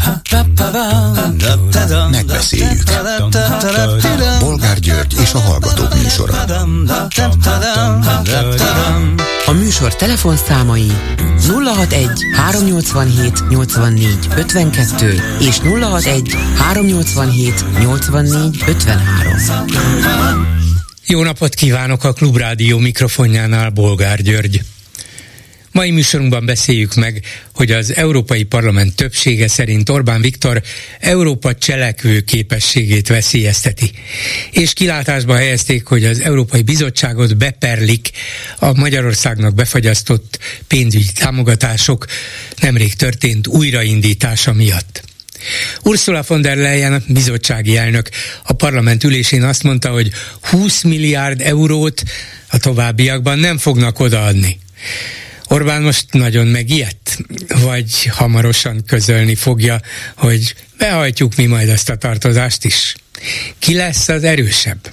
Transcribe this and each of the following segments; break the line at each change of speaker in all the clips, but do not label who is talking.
Megbeszéljük. Bolgár György és a Hallgatók műsora.
A műsor telefonszámai 061 387 84 52 és 061 387 84 53.
Jó napot kívánok, a Klubrádió mikrofonjánál Bolgár György. Mai műsorunkban beszéljük meg, hogy az Európai Parlament többsége szerint Orbán Viktor Európa cselekvő képességét veszélyezteti. És kilátásba helyezték, hogy az Európai Bizottságot beperlik a Magyarországnak befagyasztott pénzügyi támogatások nemrég történt újraindítása miatt. Ursula von der Leyen, bizottsági elnök, a parlament ülésén azt mondta, hogy 20 milliárd eurót a továbbiakban nem fognak odaadni. Orbán most nagyon megijedt? Vagy hamarosan közölni fogja, hogy behajtjuk mi majd ezt a tartozást is? Ki lesz az erősebb?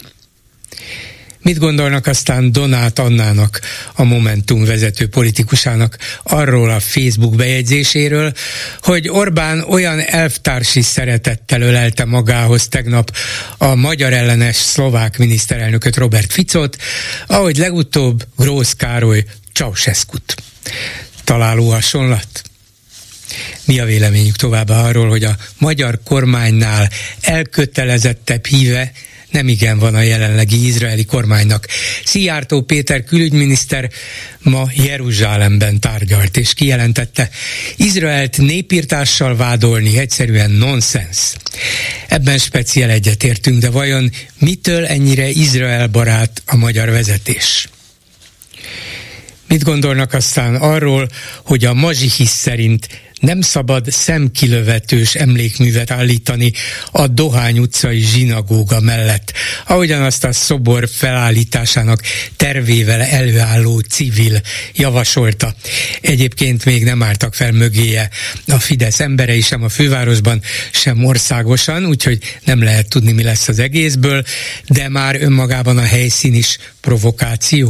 Mit gondolnak aztán Donát Annának, a Momentum vezető politikusának arról a Facebook bejegyzéséről, hogy Orbán olyan elvtársi szeretettel ölelte magához tegnap a magyar ellenes szlovák miniszterelnököt, Robert Ficot, ahogy legutóbb Grósz Károly Ceausescut. Találó hasonlat? Mi a véleményük továbbá arról, hogy a magyar kormánynál elkötelezettebb híve nemigen van a jelenlegi izraeli kormánynak. Szijjártó Péter külügyminiszter ma Jeruzsálemben tárgyalt, és kijelentette, Izraelt népirtással vádolni egyszerűen nonsens. Ebben speciál egyetértünk, de vajon mitől ennyire Izrael barát a magyar vezetés? Mit gondolnak aztán arról, hogy a Mazsihisz szerint nem szabad szemkilövetős emlékművet állítani a Dohány utcai zsinagóga mellett, ahogyan azt a szobor felállításának tervével előálló civil javasolta. Egyébként még nem álltak fel mögéje a Fidesz emberei sem a fővárosban, sem országosan, úgyhogy nem lehet tudni, mi lesz az egészből, de már önmagában a helyszín is provokáció.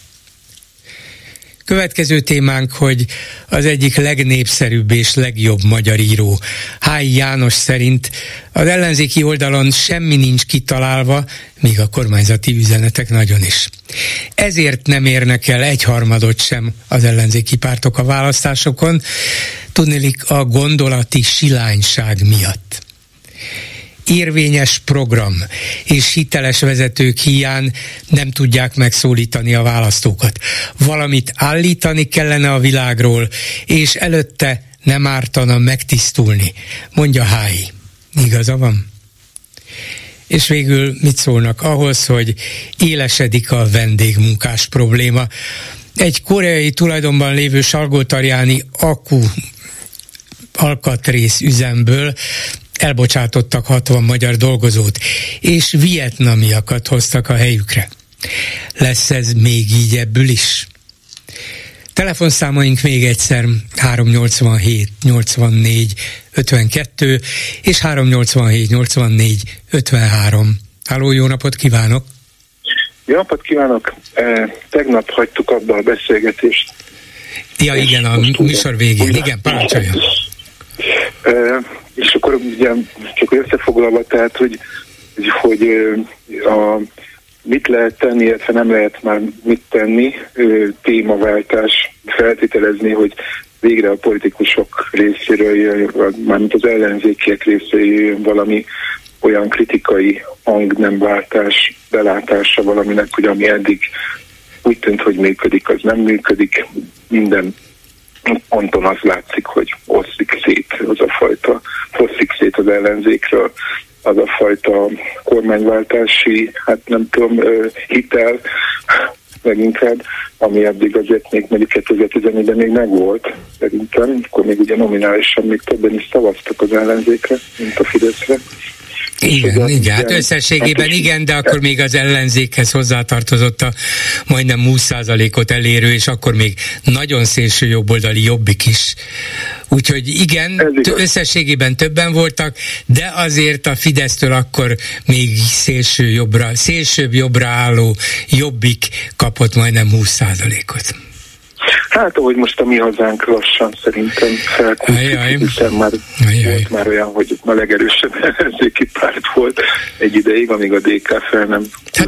Következő témánk, hogy az egyik legnépszerűbb és legjobb magyar író, Háj János szerint az ellenzéki oldalon semmi nincs kitalálva, míg a kormányzati üzenetek nagyon is. Ezért nem érnek el 1/3 sem az ellenzéki pártok a választásokon, tudniillik a gondolati silányság miatt. Érvényes program és hiteles vezetők hiány nem tudják megszólítani a választókat. Valamit állítani kellene a világról, és előtte nem ártana megtisztulni, mondja Háj. Igaza van? És végül mit szólnak ahhoz, hogy élesedik a vendégmunkás probléma? Egy koreai tulajdonban lévő salgótarjáni alkatrész üzemből elbocsátottak 60 magyar dolgozót, és vietnamiakat hoztak a helyükre. Lesz ez még így ebből is? Telefonszámaink még egyszer 387 84 52 és 387 84 53. Halló, jó napot kívánok!
Jó napot kívánok! Tegnap hagytuk abba a beszélgetést.
Ja, igen, a műsor végén. Igen, parancsoljon!
És akkor ugye csak összefoglalva, tehát, hogy mit lehet tenni, illetve nem lehet már mit tenni, témaváltás, feltételezni, hogy végre a politikusok részéről, mármint az ellenzékiek részéről valami olyan kritikai hangnemváltás, belátása valaminek, hogy ami eddig úgy tűnt, hogy működik, az nem működik. Minden ponton az látszik, hogy fosszik szét az ellenzékről az a fajta kormánywáltási, hát nem tudom, hitel leginkább, ami eddig azért még mondjuk 2014-ben még megvolt, szerintem, akkor még ugye nominálisan még többen is szavaztak az ellenzékre, mint a Fideszre.
Igen, hát összességében igen, de akkor még az ellenzékhez hozzátartozott a majdnem 20%-ot elérő, és akkor még nagyon szélső jobboldali Jobbik is. Úgyhogy igen, összességében többen voltak, de azért a Fidesztől akkor még szélsőbb jobbra álló Jobbik kapott majdnem 20%-ot.
Hát, ahogy most a Mi Hazánk lassan szerintem felkúszik, hiszen már volt már olyan, hogy a legerősebb ellenzéki párt volt egy ideig, amíg a DK fel nem...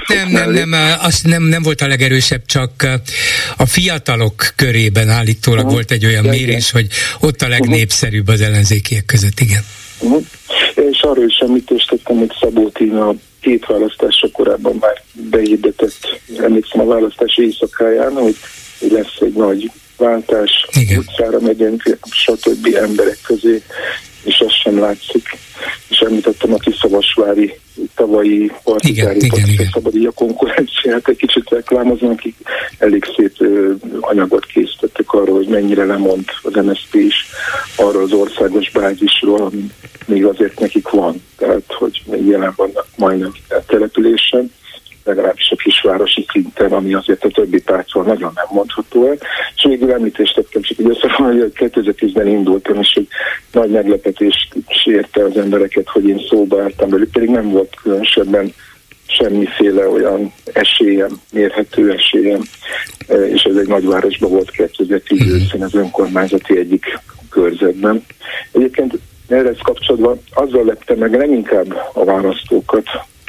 Hát nem volt a legerősebb, csak a fiatalok körében állítólag volt egy olyan mérés, hogy ott a legnépszerűbb az ellenzékiek között, igen.
És arról is említést tettem, hogy Szabó Tína 2 választásra korábban már behirdetett, emlékszem a választási éjszakáján, hogy lesz egy nagy váltás, utcára megyünk, stb. Emberek közé, és ez sem látszik. És említettem a Kiszavasvári tavalyi partizári szabadíja konkurenciát, egy kicsit reklámoznak, akik elég szép anyagot készítettek arról, hogy mennyire lemond az MSZP is arról az országos bázisról, ami még azért nekik van, tehát hogy még jelen vannak majdnem a településen, legalábbis a kisvárosi szinten, ami azért a többi pártról nagyon nem mondható el. És végül említést tettem, csak így összefoglalni, hogy 2010-ben indultam, és hogy nagy meglepetést érte az embereket, hogy én szóba álltam belül, pedig nem volt különösebben semmiféle olyan esélyem, mérhető esélyem, és ez egy nagyvárosban volt 2010 őszén az önkormányzati egyik körzetben. Egyébként erre kapcsolatban azzal leptem meg leginkább a választókat,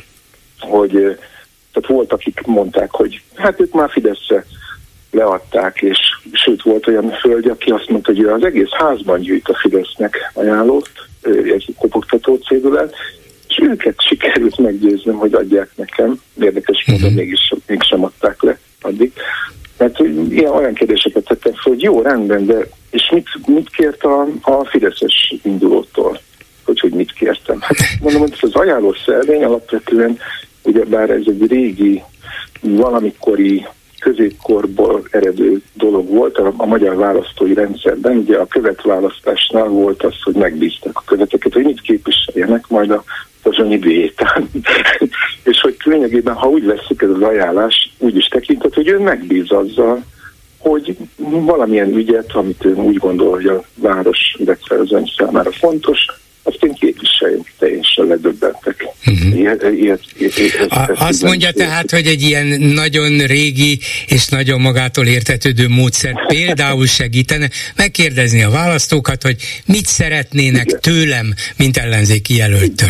hogy tehát volt, akik mondták, hogy hát ők már Fideszre leadták, és sőt volt olyan hölgy, aki azt mondta, hogy ő az egész házban gyűjt a Fidesznek ajánlott, egy kopogtató cédulát, és őket sikerült meggyőznöm, hogy adják nekem. Érdekes módon mégsem adták le addig. Mert olyan kérdéseket tettem fel, hogy jó, rendben, de és mit kért a Fideszes indulótól? Hogy mit kértem? Hát mondom, hogy az ajánló szervény alapvetően ugyebár ez egy régi, valamikori középkorból eredő dolog volt a magyar választói rendszerben. Ugye a követválasztásnál volt az, hogy megbízták a követeket, hogy mit képviseljenek majd a pozsonyi diétán. És hogy lényegében, ha úgy veszik ez az ajánlás, úgy is tekintet, hogy ő megbíz azzal, hogy valamilyen ügyet, amit ő úgy gondol, hogy a város, illetve az ön számára fontos, azt én képviseljük, teljesen ledöbbentek.
Azt mondja tehát, hogy egy ilyen nagyon régi és nagyon magától értetődő módszer például segítene megkérdezni a választókat, hogy mit szeretnének tőlem, mint ellenzéki jelöltől.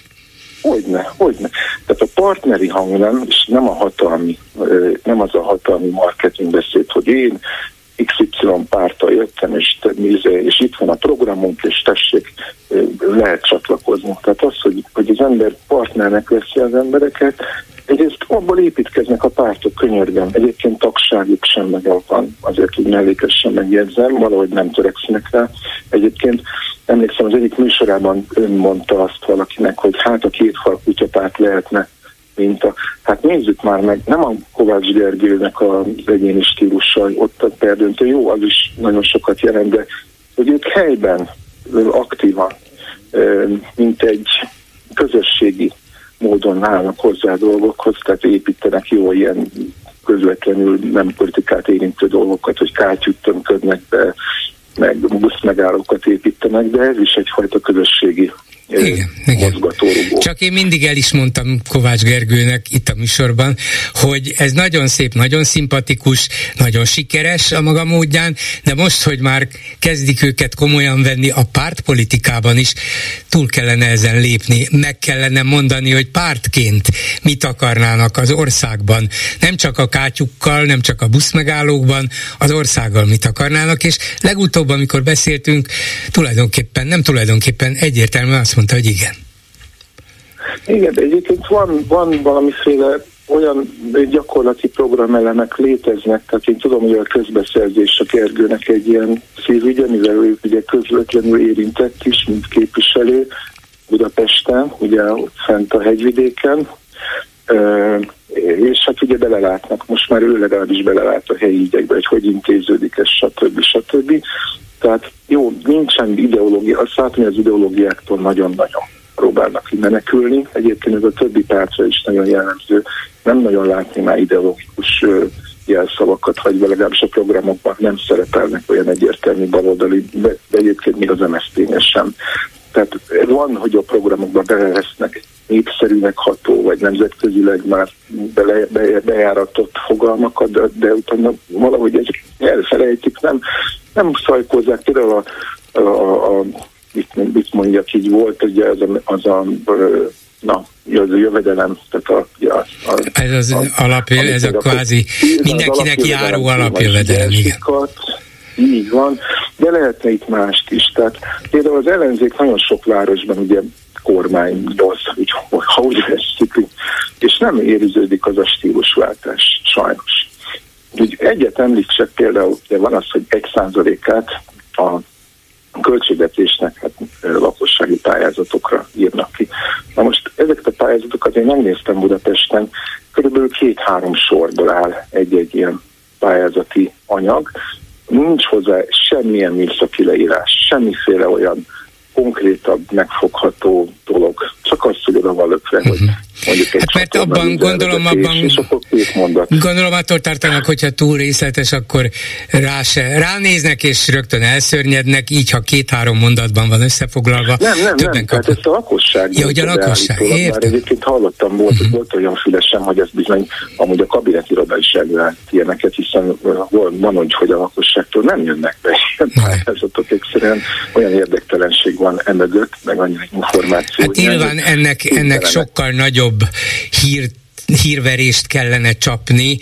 Hogyne. Tehát a partneri hang és nem az a hatalmi marketingbeszéd, hogy én XY párttal jöttem, és itt van a programunk, és tessék, lehet csatlakozni. Tehát az, hogy az ember partnernek veszi az embereket, egyrészt abból építkeznek a pártok, könyörgöm. Egyébként tagságuk sem van, azért úgy mellékesen megjegyzem, valahogy nem törekszenek rá. Egyébként emlékszem, az egyik műsorában ön mondta azt valakinek, hogy hát a kétfal kutyapárt lehetne minta. Hát nézzük már meg, nem a Kovács Gergőnek az egyéni stílussal ott a perdöntő, jó, az is nagyon sokat jelent, de hogy ők helyben aktívan, mint egy közösségi módon állnak hozzá a dolgokhoz, tehát építenek jó ilyen közvetlenül nem politikát érintő dolgokat, hogy kátyút tömködnek be, meg buszmegállókat építenek, de ez is egyfajta közösségi mozgatórugó.
Csak én mindig el is mondtam Kovács Gergőnek itt a műsorban, hogy ez nagyon szép, nagyon szimpatikus, nagyon sikeres a maga módján, de most, hogy már kezdik őket komolyan venni a pártpolitikában is, túl kellene ezen lépni, meg kellene mondani, hogy pártként mit akarnának az országban, nem csak a kátyukkal, nem csak a buszmegállókban, az országgal mit akarnának, és legutóbb, amikor beszéltünk, tulajdonképpen egyértelműen azt mondta, hogy igen.
Igen, de egyébként van valamiféle olyan gyakorlati programelemek léteznek, tehát én tudom, hogy a közbeszerzés a Gergőnek egy ilyen szívügye, mivel ő ugye közvetlenül érintett is, mint képviselő Budapesten, ugye fent a hegyvidéken, és hát ugye belelátnak, most már ő legalábbis belelát a helyi ügyekbe, hogy intéződik ez, stb. Tehát jó, nincsen ideológia, azt látom, hogy az ideológiáktól nagyon-nagyon próbálnak menekülni. Egyébként ez a többi pártra is nagyon jellemző. Nem nagyon látni már ideológikus jelszavakat, vagy legalábbis a programokban nem szerepelnek olyan egyértelmű baloldali, de egyébként még az MSZP-nél sem. Tehát van, hogy a programokban belevesznek népszerűnek ható, vagy nemzetközileg már bejáratott fogalmakat, de utána valahogy ezek elfelejtik, nem szajkozzák. Például mit mondjak, így volt ugye az a jövedelem, tehát
ez a kvázi mindenkinek járó alapjövedelem, igen.
Így van, de lehetne itt mást is. Tehát például az ellenzék nagyon sok városban ugye kormányoz, ha úgy veszik, és nem érződik az a stílusváltás, sajnos. Úgy egyet említsek például, de van az, hogy 1%-át a költségvetésnek lakossági pályázatokra írnak ki. Na most ezeket a pályázatokat én megnéztem Budapesten, körülbelül 2-3 sorból áll egy-egy ilyen pályázati anyag. Nincs hozzá semmilyen műszaki leírás, semmiféle olyan konkrétabb, megfogható dolog. Csak azt, hogy oda van lökve, hogy mondjuk egy
mert abban gondolom attól tartanak, hogyha túl részletes, akkor ránéznek és rögtön elszörnyednek, így ha 2-3 mondatban van összefoglalva. Nem,
tehát ezt a lakosság.
Ja, hogy a lakosság, értem.
Már egyébként hallottam, volt olyan fülesem, hogy ez bizony amúgy a kabinetiroda is előállt ilyeneket, hiszen van, hogy a lakosságtól nem jönnek be ilyen pályázatok, egyszerűen olyan érdektelenség van emögött, meg annyi információ.
Hát nyilván ennek sokkal nagyobb hírverést kellene csapni,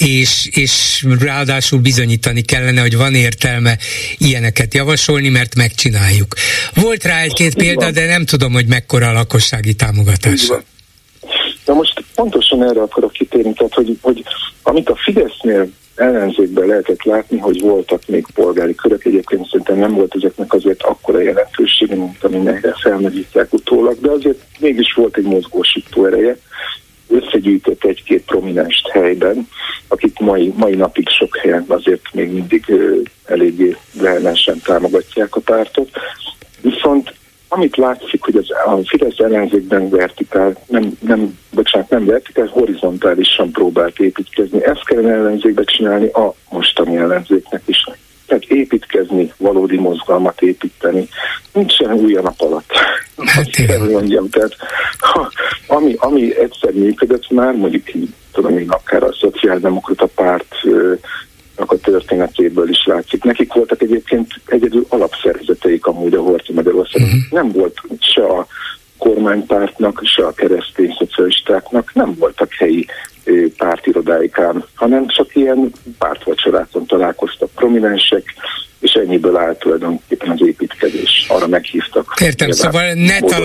és ráadásul bizonyítani kellene, hogy van értelme ilyeneket javasolni, mert megcsináljuk. Volt rá egy-két példa, de nem tudom, hogy mekkora a lakossági támogatás.
Na most pontosan erre akarok kitérni, tehát hogy amit a Fidesznél ellenzékben lehetett látni, hogy voltak még polgári körök, egyébként szerintem nem volt ezeknek azért akkora jelentősége, mint aminekre felmerítják utólag, de azért mégis volt egy mozgósító ereje, összegyűjtött egy-két prominenst helyben, akik mai napig sok helyen azért még mindig eléggé vehemensen támogatják a pártot. Viszont amit látszik, hogy a Fidesz ellenzékben nem vertikál, horizontálisan próbált építkezni. Ezt kellene ellenzékbe csinálni a mostani ellenzéknek is. Tehát építkezni, valódi mozgalmat építeni. Nincsen új a nap alatt. Azt kell mondjam. Tehát ami egyszer működött már, mondjuk így, tudom én, akár a Szociáldemokrata Párt a történetéből is látszik. Nekik voltak egyébként egyedül alapszervezeteik amúgy a Horthy Magyarországon. Nem volt se a kormánypártnak, se a keresztény szocialistáknak, nem voltak helyi pártirodáikán, hanem csak ilyen pártvacsorákon találkoztak prominensek, és ennyiből állt tulajdonképpen az építkezés. Arra meghívtak.
Értem, szóval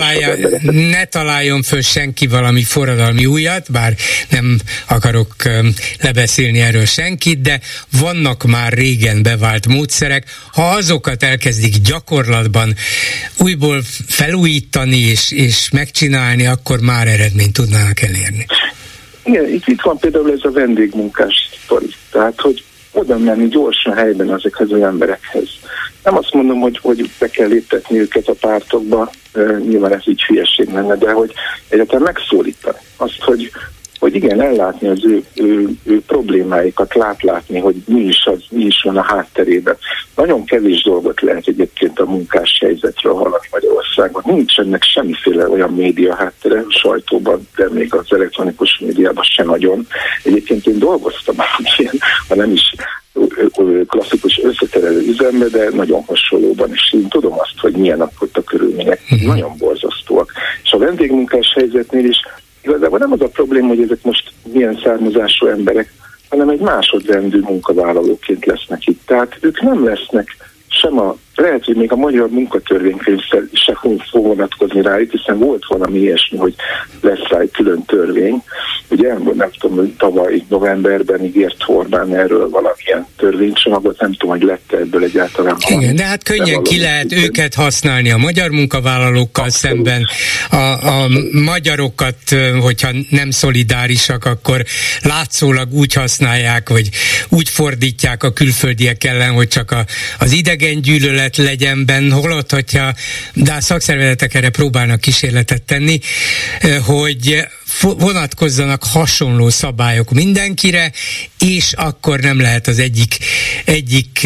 ne találjon föl senki valami forradalmi újat, bár nem akarok lebeszélni erről senkit, de vannak már régen bevált módszerek. Ha azokat elkezdik gyakorlatban újból felújítani és megcsinálni, akkor már eredményt tudnának elérni.
Igen, itt van például ez a vendégmunkás sztori. Tehát, hogy oda menni gyorsan helyben ezekhez az emberekhez. Nem azt mondom, hogy be kell léptetni őket a pártokba, nyilván ez így hülyeség lenne, de hogy egyáltalán megszólítani azt, hogy igen, ellátni az ő problémáikat, látni, hogy mi is van a hátterében. Nagyon kevés dolgot lehet egyébként a munkás helyzetről hallani Magyarországon. Nincsenek semmiféle olyan média háttere a sajtóban, de még az elektronikus médiában sem nagyon. Egyébként én dolgoztam ilyen, ha nem is klasszikus összeterelő üzembe, de nagyon hasonlóban, és én tudom azt, hogy milyenek ott a körülmények. Nagyon borzasztóak. És a vendégmunkás helyzetnél is igazából nem az a probléma, hogy ezek most milyen származású emberek, hanem egy másodrendű munkavállalóként lesznek itt. Tehát ők nem lesznek lehet, hogy még a magyar munkatörvénykönyv se fog vonatkozni rájuk, hiszen volt valami ilyesmi, hogy lesz rá egy külön törvény. Ugye nem tudom, hogy tavaly novemberben ígért Orbán erről valamilyen törvénycsomagot, nem tudom, hogy lett ebből egyáltalán.
Igen, de hát könnyen ki lehet őket használni a magyar munkavállalókkal szemben. A magyarokat, hogyha nem szolidárisak, akkor látszólag úgy használják, vagy úgy fordítják a külföldiek ellen, hogy csak az idegen gyűlölet legyen benne, holott, de a szakszervezetek erre próbálnak kísérletet tenni, hogy vonatkozzanak hasonló szabályok mindenkire, és akkor nem lehet az egyik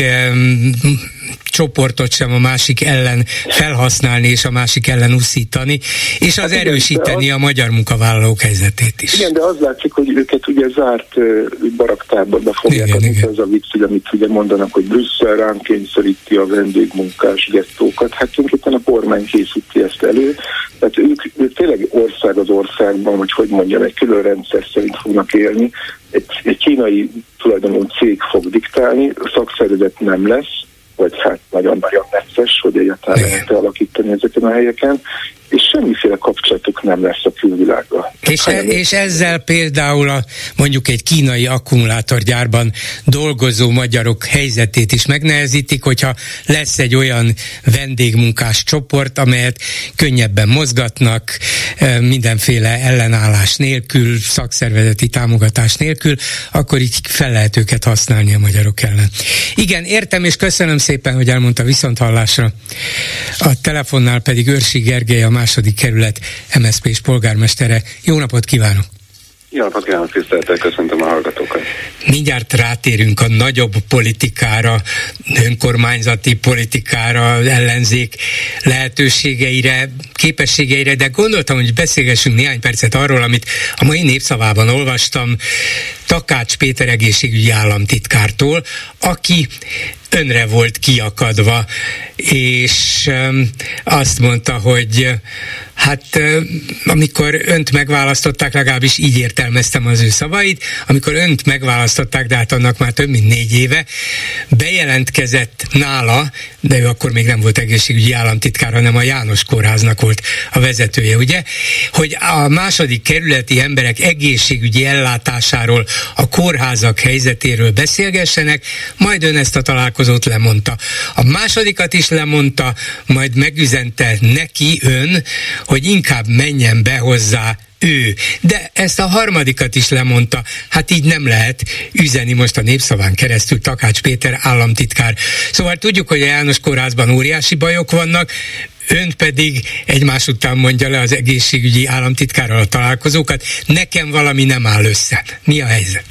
csoportot sem a másik ellen felhasználni, és a másik ellen uszítani, és az erősíteni a magyar munkavállalók helyzetét is.
Igen, de az látszik, hogy őket ugye zárt baraktárba fogják adni, ez a vicc, amit ugye mondanak, hogy Brüsszel ránk kényszeríti a vendégmunkás gettókat, hát tulajdonképpen a kormány készíti ezt elő, tehát ők tényleg ország az országban, hogy mondjam, egy külön rendszer szerint fognak élni, egy kínai tulajdonú cég fog diktálni, a szakszervezet nem lesz, vagy hát nagyon-nagyon necces, hogy egyáltalán lehet alakítani ezeken a helyeken, és semmiféle kapcsolatuk nem lesz a külvilággal.
És ezzel például mondjuk egy kínai akkumulátorgyárban dolgozó magyarok helyzetét is megnehezítik, hogyha lesz egy olyan vendégmunkás csoport, amelyet könnyebben mozgatnak, mindenféle ellenállás nélkül, szakszervezeti támogatás nélkül, akkor így fel lehet őket használni a magyarok ellen. Igen, értem, és köszönöm szépen, hogy elmondta, viszonthallásra. A telefonnál pedig Őrsi Gergely, a második kerület MSZP-s polgármestere. Jó napot kívánok!
Jó napot kívánok, tisztelettel köszöntöm a hallgatókat!
Mindjárt rátérünk a nagyobb politikára, önkormányzati politikára, ellenzék lehetőségeire, képességeire, de gondoltam, hogy beszélgessünk néhány percet arról, amit a mai Népszavában olvastam Takács Péter egészségügyi államtitkártól, aki önre volt kiakadva, és azt mondta, hogy hát amikor önt megválasztották, legalábbis így értelmeztem az ő szavait, amikor önt megválasztották, de hát annak már több mint 4 éve, bejelentkezett nála, de ő akkor még nem volt egészségügyi államtitkár, hanem a János Kórháznak volt a vezetője, ugye, hogy a második kerületi emberek egészségügyi ellátásáról, a kórházak helyzetéről beszélgessenek, majd ön ezt a találkozót lemondta. A másodikat is lemondta, majd megüzente neki ön, hogy inkább menjen be hozzá ő. De ezt a harmadikat is lemondta. Hát így nem lehet üzeni most a Népszaván keresztül Takács Péter államtitkár. Szóval tudjuk, hogy a János Kórházban óriási bajok vannak, ön pedig egymás után mondja le az egészségügyi államtitkárral a találkozókat. Nekem valami nem áll össze. Mi a helyzet?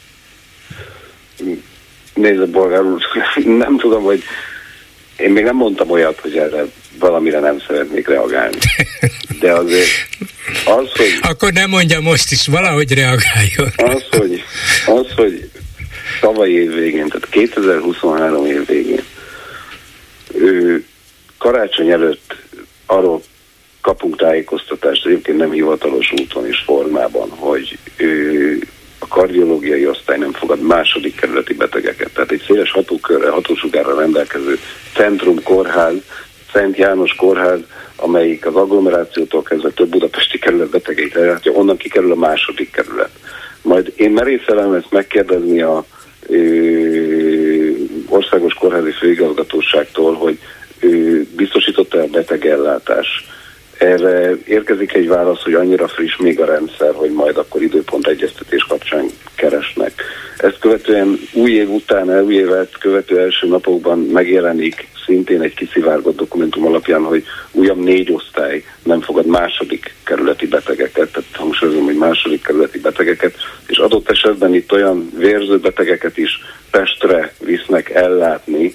Nézd, Bolgár úr, nem tudom, hogy én még nem mondtam olyat, hogy erre valamire nem szeretnék reagálni. De azért az, hogy... Akkor
nem mondja most is, valahogy reagáljon.
Az, hogy tavaly év végén, tehát 2023 év végén karácsony előtt arról kapunk tájékoztatást, egyébként nem hivatalos úton és formában, hogy a kardiológiai osztály nem fogad második kerületi betegeket. Tehát egy széles hatókörrel, hatósugárral rendelkező Centrum Kórház, Szent János Kórház, amelyik az agglomerációtól kezdve több budapesti kerület betegeit ellátja, onnan kikerül a második kerület. Majd én merészelem ezt megkérdezni a Országos Kórházi Főigazgatóságtól, hogy biztosította a betegellátás. Erre érkezik egy válasz, hogy annyira friss még a rendszer, hogy majd akkor időpont egyeztetés kapcsán keresnek. Ezt követően új évet követő első napokban megjelenik szintén egy kiszivárgott dokumentum alapján, hogy újabb 4 osztály nem fogad második kerületi betegeket, tehát hangsúlyozom, hogy második kerületi betegeket, és adott esetben itt olyan vérző betegeket is Pestre visznek ellátni,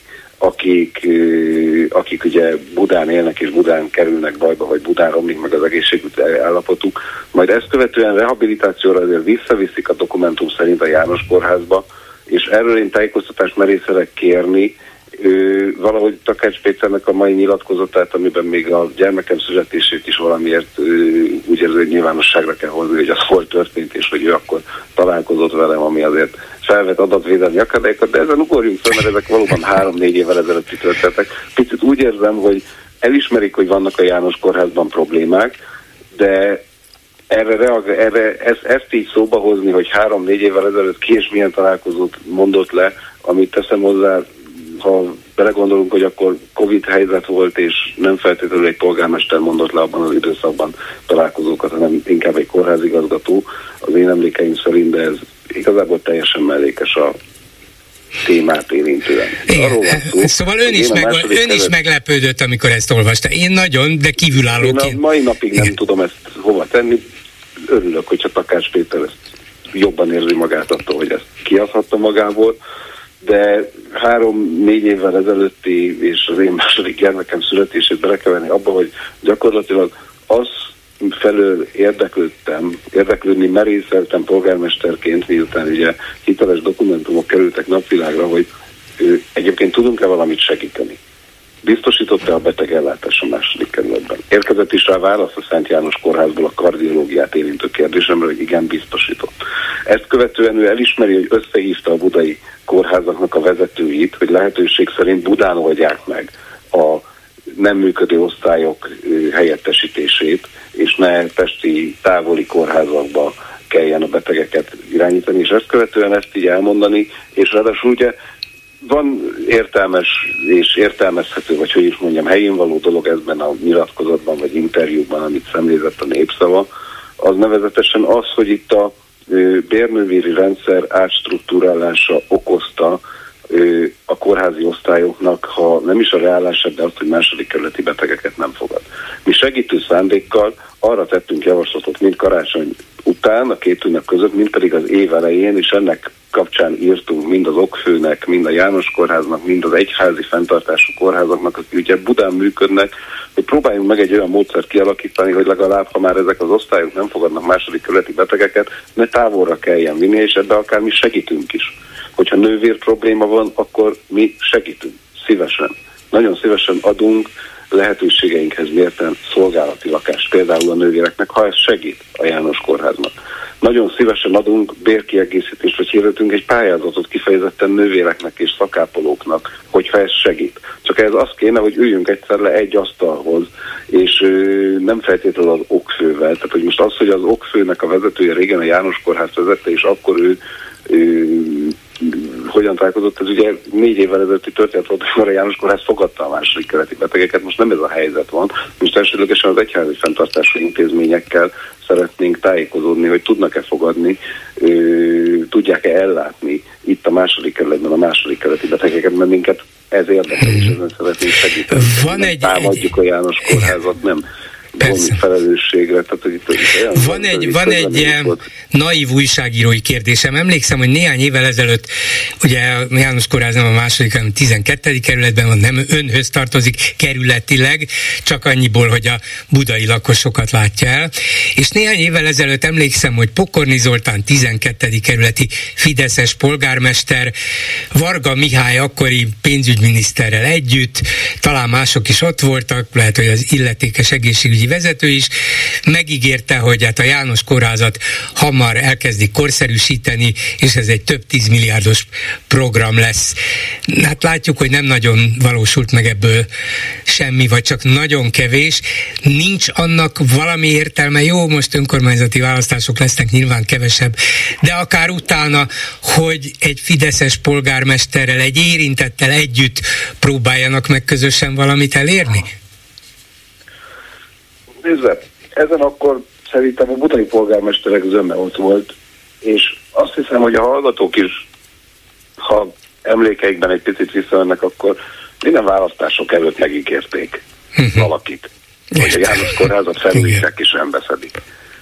akik ugye Budán élnek és Budán kerülnek bajba, vagy Budán romlik meg az egészségügyi állapotuk, majd ezt követően rehabilitációra azért visszaviszik a dokumentum szerint a János Kórházba, és erről én tájékoztatást merészelek kérni, valahogy Takács Péternek a mai nyilatkozatát, amiben még a gyermekem születését is valamiért úgy érzi, hogy nyilvánosságra kell hozni, hogy az hol történt, és hogy ő akkor találkozott velem, ami azért felvet adatvédelmi akadályokat, de ezen ugorjunk fel, mert ezek valóban 3-4 évvel ezelőtti történtek. Picit úgy érzem, hogy elismerik, hogy vannak a János Kórházban problémák, de ezt így szóba hozni, hogy 3-4 évvel ezelőtt ki és milyen találkozót mondott le, amit teszem hozzá, ha belegondolunk, hogy akkor Covid helyzet volt, és nem feltétlenül egy polgármester mondott le abban az időszakban találkozókat, hanem inkább egy kórházigazgató, az én emlékeim szerint, de ez igazából teljesen mellékes a témát érintően.
Szóval ön is meglepődött, amikor ezt olvasta. Én nagyon, de kívülállóként.
Én a mai napig nem tudom ezt hova tenni. örülök, hogyha Takács Péter ezt jobban érzi magát attól, hogy ezt kiadhatta magából, de 3-4 évvel ezelőtti és az én második gyermekem születését bele kell venni abba, hogy gyakorlatilag az felől érdeklődni merészeltem polgármesterként, miután ugye hiteles dokumentumok kerültek napvilágra, hogy egyébként tudunk-e valamit segíteni. Biztosította a betegellátás a második kerületben. Érkezett is rá válasz a Szent János Kórházból a kardiológiát érintő kérdésemre, hogy igen, biztosított. Ezt követően ő elismeri, hogy összehívta a budai kórházaknak a vezetőit, hogy lehetőség szerint Budán oldják meg a nem működő osztályok helyettesítését, és ne pesti távoli kórházakba kelljen a betegeket irányítani, és ezt követően ezt így elmondani, és ráadásul ugye van értelmes és értelmezhető, vagy hogy is mondjam, helyén való dolog ebben a nyilatkozatban, vagy interjúban, amit szemlézett a Népszava, az nevezetesen az, hogy itt a bérnővéri rendszer átstruktúrálása okozta a kórházi osztályoknak, ha nem is a reállását, de azt, hogy második kerületi betegeket nem fogad. Mi segítő szándékkal arra tettünk javaslatot, mind karácsony után, a két ünnep között, mind pedig az év elején, és ennek kapcsán írtunk mind az Okfőnek, mind a János Kórháznak, mind az egyházi fenntartású kórházaknak, akik ugye Budán működnek, hogy próbáljunk meg egy olyan módszert kialakítani, hogy legalább, ha már ezek az osztályok nem fogadnak második kerületi betegeket, ne távolra kelljen vinni, és ebbe akár mi segítünk is. Hogyha nővér probléma van, akkor mi segítünk. Szívesen. Nagyon szívesen adunk lehetőségeinkhez mérten szolgálati lakást, például a nővéreknek, ha ez segít a János Kórháznak. Nagyon szívesen adunk bérkiegészítést, vagy hirdetünk egy pályázatot kifejezetten nővéreknek és szakápolóknak, hogyha ez segít. Csak ez az kéne, hogy üljünk egyszer le egy asztalhoz, és nem feltétlenül az Okfővel. Tehát, hogy most az, hogy az Okfőnek a vezetője régen a János Kórház vezette, és akkor ő hogyan találkozott, ez ugye 4 évvel ezelőtti történet volt, amikor a János Kórház fogadta a második kerületi betegeket, most nem ez a helyzet van, most elsődlegesen az egyházi fenntartású intézményekkel szeretnénk tájékozódni, hogy tudnak-e fogadni, tudják-e ellátni itt a második kerületben a második kerületi betegeket, mert minket ez érdekel, és ezen szeretnénk segíteni. Támadjuk a János Kórházat, nem felelősségre. Tehát, hogy itt
van egy naív újságírói kérdésem. Emlékszem, hogy néhány évvel ezelőtt, ugye János Kórház nem a második, hanem 12. kerületben van, nem önhöz tartozik kerületileg, csak annyiból, hogy a budai lakosokat látja el. És néhány évvel ezelőtt emlékszem, hogy Pokorni Zoltán 12. kerületi fideszes polgármester Varga Mihály akkori pénzügyminiszterrel együtt, talán mások is ott voltak, lehet, hogy az illetékes egészségügyi vezető is, megígérte, hogy hát a János Kórházat hamar elkezdik korszerűsíteni, és ez egy több 10 milliárdos program lesz. Hát látjuk, hogy nem nagyon valósult meg ebből semmi, vagy csak nagyon kevés. Nincs annak valami értelme, jó, most önkormányzati választások lesznek, nyilván kevesebb, de akár utána, hogy egy fideszes polgármesterrel, egy érintettel együtt próbáljanak meg közösen valamit elérni?
Nézve, ezen akkor szerintem a budai polgármesterek zöme ott volt, és azt hiszem, hogy a hallgatók is, ha emlékeikben egy picit visszamennek, akkor minden választások előtt megígérték valakit, hogy a János Kórházat felújítják és rendbeszedik.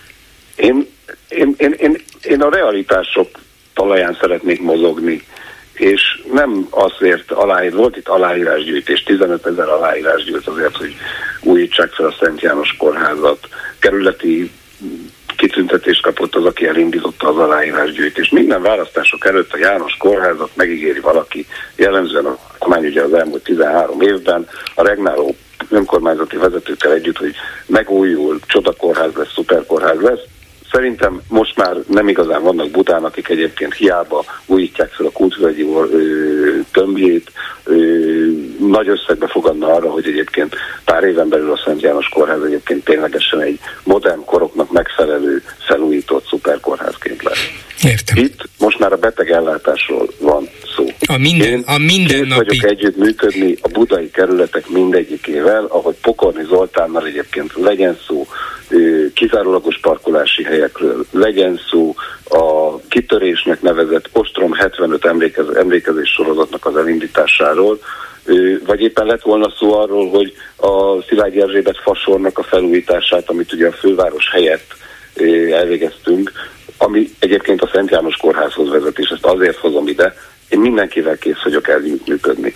Én a realitások talaján szeretnék mozogni, és nem azért volt itt aláírásgyűjtés, 15 000 aláírás gyűjt azért, hogy újítsák fel a Szent János Kórházat. Kerületi kitüntetést kapott az, aki elindította az aláírásgyűjtést. Minden választások előtt a János Kórházat megígéri valaki, jellemzően a kormány ugye az elmúlt 13 évben, a regnáló önkormányzati vezetőkkel együtt, hogy megújul, csodakórház lesz, szuperkórház lesz. Szerintem most már nem igazán vannak Budán, akik egyébként hiába újítják fel a Kuntvölgyi tömbjét, nagy összegbe fogadna arra, hogy egyébként pár éven belül a Szent János Kórház egyébként ténylegesen egy modern koroknak megfelelő, felújított szuperkórházként lesz.
Értem.
Itt most már a betegellátásról van szó.
A mindennapi...
vagyok együtt működni a budai kerületek mindegyikével, ahogy Pokorni Zoltánnal egyébként legyen szó kizárólagos parkolási helyekről, legyen szó a kitörésnek nevezett Ostrom 75 emlékezés sorozatnak az elindításáról, vagy éppen lett volna szó arról, hogy a Szilágyi Erzsébet fasornak a felújítását, amit ugye a főváros helyett elvégeztünk, ami egyébként a Szent János Kórházhoz vezet, és ezt azért hozom ide, én mindenkivel kész vagyok elműködni.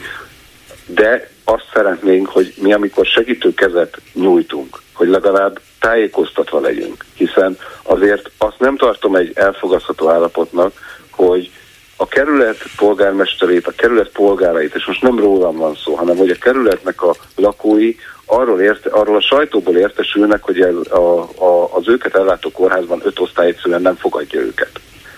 De azt szeretnénk, hogy mi, amikor segítő kezet nyújtunk, hogy legalább tájékoztatva legyünk, hiszen azért azt nem tartom egy elfogadható állapotnak, hogy a kerület polgármesterét, a kerület polgárait, és most nem rólam van szó, hanem hogy a kerületnek a lakói arról a sajtóból értesülnek, hogy az őket ellátó kórházban 5 osztály egyszerűen nem fogadja őket.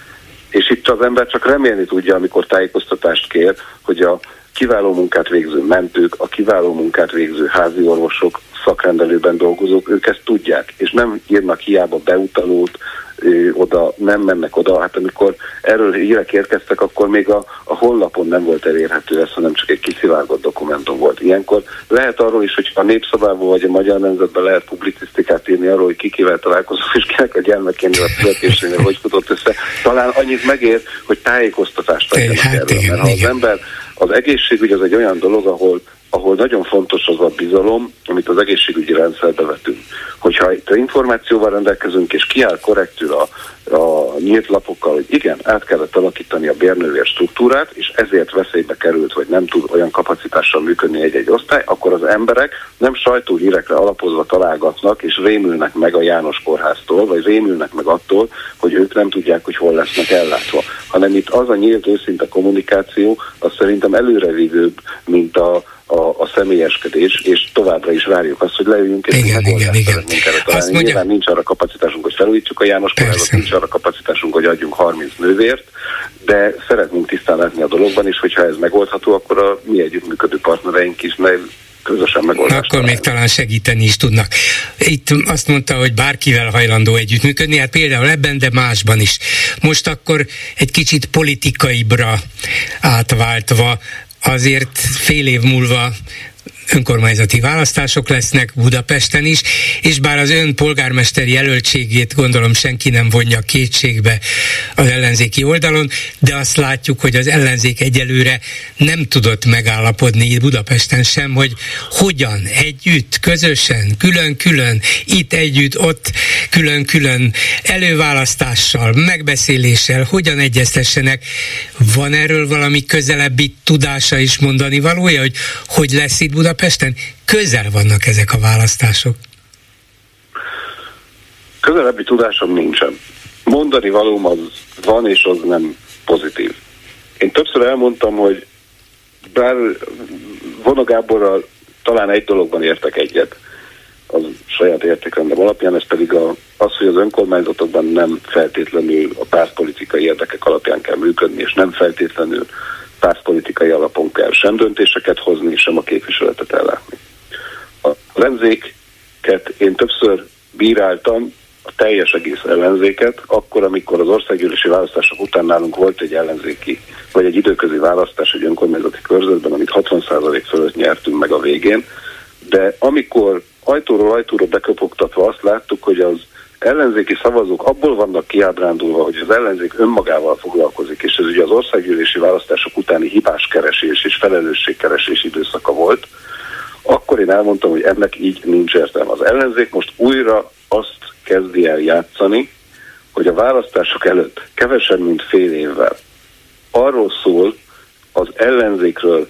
És itt az ember csak remélni tudja, amikor tájékoztatást kér, hogy a kiváló munkát végző mentők, a kiváló munkát végző házi orvosok, szakrendelőben dolgozók, ők ezt tudják, és nem írnak hiába beutalót, oda, nem mennek oda. Hát amikor erről hírek érkeztek, akkor még a honlapon nem volt elérhető ez, hanem csak egy kiszivárgott dokumentum volt. Ilyenkor lehet arról is, hogy a Népszavában vagy a Magyar Nemzetben lehet publicisztikát írni arról, hogy kikivel találkozunk, és kinek a gyermekénél, a születésénél hogy futott össze. Talán annyit megér, hogy tájékoztatást adjanak erről. Mert ha az ember, az egészségügy az egy olyan dolog, ahol nagyon fontos az a bizalom, amit az egészségügyi rendszerbe vetünk. Hogyha itt információval rendelkezünk, és kiáll korrektül a nyílt lapokkal, hogy igen, át kellett alakítani a bérnővér struktúrát, és ezért veszélybe került, hogy nem tud olyan kapacitással működni egy-egy osztály, akkor az emberek nem sajtóhírekre alapozva találgatnak, és rémülnek meg a János Kórháztól, vagy rémülnek meg attól, hogy ők nem tudják, hogy hol lesznek ellátva. Hanem itt az a nyílt, őszinte kommunikáció, az szerintem előrevívőbb, mint a személyeskedés, és továbbra is várjuk azt, hogy leüljünk, és megoldást szeretnénk erre találni. Nyilván nincs arra kapacitásunk, hogy felújítsuk a János Kórházat, nincs arra kapacitásunk, hogy adjunk 30 nővért, de szeretnénk tisztán látni a dologban, és hogyha ez megoldható, akkor a mi együttműködő partnereink is közösen megoldást.
Akkor még talán segíteni is tudnak. Itt azt mondta, hogy bárkivel hajlandó együttműködni, hát például ebben, de másban is. Most akkor egy kicsit politikaibbra átváltva, azért fél év múlva önkormányzati választások lesznek Budapesten is, és bár az ön polgármesteri jelöltségét gondolom senki nem vonja kétségbe az ellenzéki oldalon, de azt látjuk, hogy az ellenzék egyelőre nem tudott megállapodni itt Budapesten sem, hogy hogyan, együtt, közösen, külön-külön, itt együtt, ott külön-külön, előválasztással, megbeszéléssel, hogyan egyeztessenek. Van erről valami közelebbi tudása is mondani valója, hogy lesz itt Budapesten? Közel vannak ezek a választások.
Közelebbi tudásom nincsen. Mondani valóm az van, és az nem pozitív. Én többször elmondtam, hogy bár Vona Gáborral talán egy dologban értek egyet, az saját értékrendem alapján, ez pedig az, hogy az önkormányzatokban nem feltétlenül a pártpolitikai érdekek alapján kell működni, és nem feltétlenül pártpolitikai alapon kell sem döntéseket hozni, sem a képviseletet ellátni. A ellenzéket én többször bíráltam, a teljes egész ellenzéket, akkor, amikor az országgyűlési választások után nálunk volt egy ellenzéki, vagy egy időközi választás egy önkormányzati körzetben, amit 60% fölött nyertünk meg a végén, de amikor ajtóról ajtóra bekopogtatva azt láttuk, hogy az ellenzéki szavazók abból vannak kiábrándulva, hogy az ellenzék önmagával foglalkozik, és ez ugye az országgyűlési választások utáni hibáskeresés és felelősségkeresés időszaka volt, akkor én elmondtam, hogy ennek így nincs értelme. Az ellenzék most újra azt kezdi el játszani, hogy a választások előtt kevesebb, mint fél évvel arról szól az ellenzékről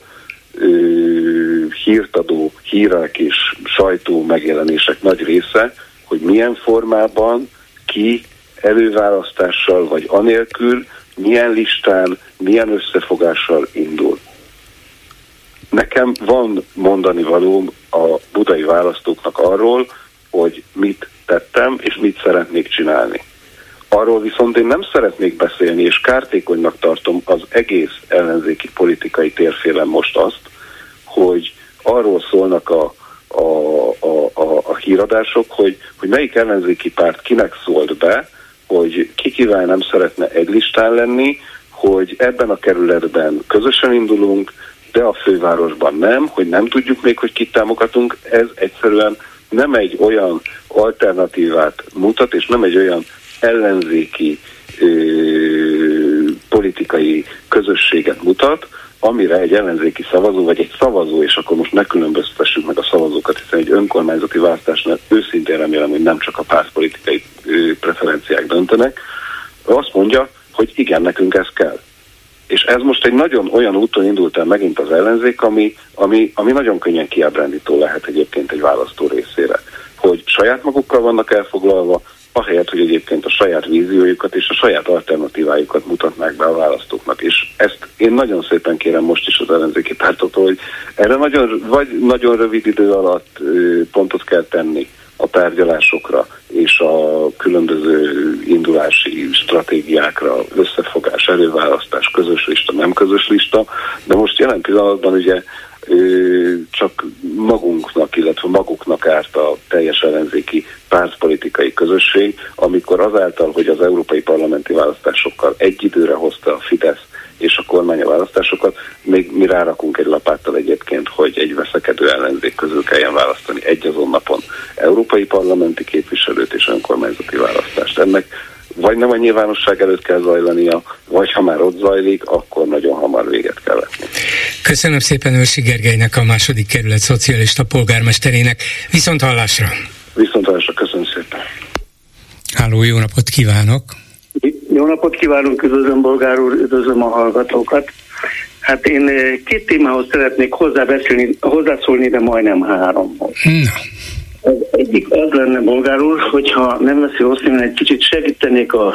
hírtadó hírek és sajtó megjelenések nagy része, hogy milyen formában, ki előválasztással vagy anélkül, milyen listán, milyen összefogással indul. Nekem van mondani valóm a budai választóknak arról, hogy mit tettem és mit szeretnék csinálni. Arról viszont én nem szeretnék beszélni, és kártékonynak tartom az egész ellenzéki politikai térfélen most azt, hogy arról szólnak a híradások, hogy melyik ellenzéki párt kinek szólt be, hogy kivel nem szeretne egy listán lenni, hogy ebben a kerületben közösen indulunk, de a fővárosban nem, hogy nem tudjuk még, hogy kit támogatunk. Ez egyszerűen nem egy olyan alternatívát mutat, és nem egy olyan ellenzéki politikai közösséget mutat, amire egy ellenzéki szavazó, vagy egy szavazó, és akkor most ne különböztessük meg a szavazókat, hiszen egy önkormányzati választásnál őszintén remélem, hogy nem csak a pártpolitikai preferenciák döntenek, azt mondja, hogy igen, nekünk ez kell. És ez most egy nagyon olyan úton indult el megint az ellenzék, ami nagyon könnyen kiábrándító lehet egyébként egy választó részére. Hogy saját magukkal vannak elfoglalva, ahelyett, hogy egyébként a saját víziójukat és a saját alternatívájukat mutatnák be a választóknak. És ezt én nagyon szépen kérem most is az ellenzéki pártoktól, hogy erre nagyon rövid idő alatt pontot kell tenni a tárgyalásokra és a különböző indulási stratégiákra, összefogás, előválasztás, közös lista, nem közös lista, de most jelen pillanatban ugye csak magunknak, illetve maguknak árt a teljes ellenzéki pártpolitikai közösség, amikor azáltal, hogy az európai parlamenti választásokkal egy időre hozta a Fidesz és a kormány a választásokat, még mi rárakunk egy lapáttal egyébként, hogy egy veszekedő ellenzék közül kelljen választani egyazon napon európai parlamenti képviselőt és önkormányzati választást. Ennek vagy nem a nyilvánosság előtt kell zajlania, vagy ha már ott zajlik, akkor nagyon hamar véget kell vetni.
Köszönöm szépen Őrsi Gergelynek, a második kerület szocialista polgármesterének. Viszont hallásra!
Viszont hallásra, köszönöm szépen!
Háló, jó napot kívánok!
Jó napot kívánunk, üdvözlöm Bolgár úr, üdvözlöm a hallgatókat. Hát én két témához szeretnék hozzászólni, de majdnem háromhoz. Az egyik az lenne, Bolgár úr, hogyha nem veszi rossz, én egy kicsit segítenék a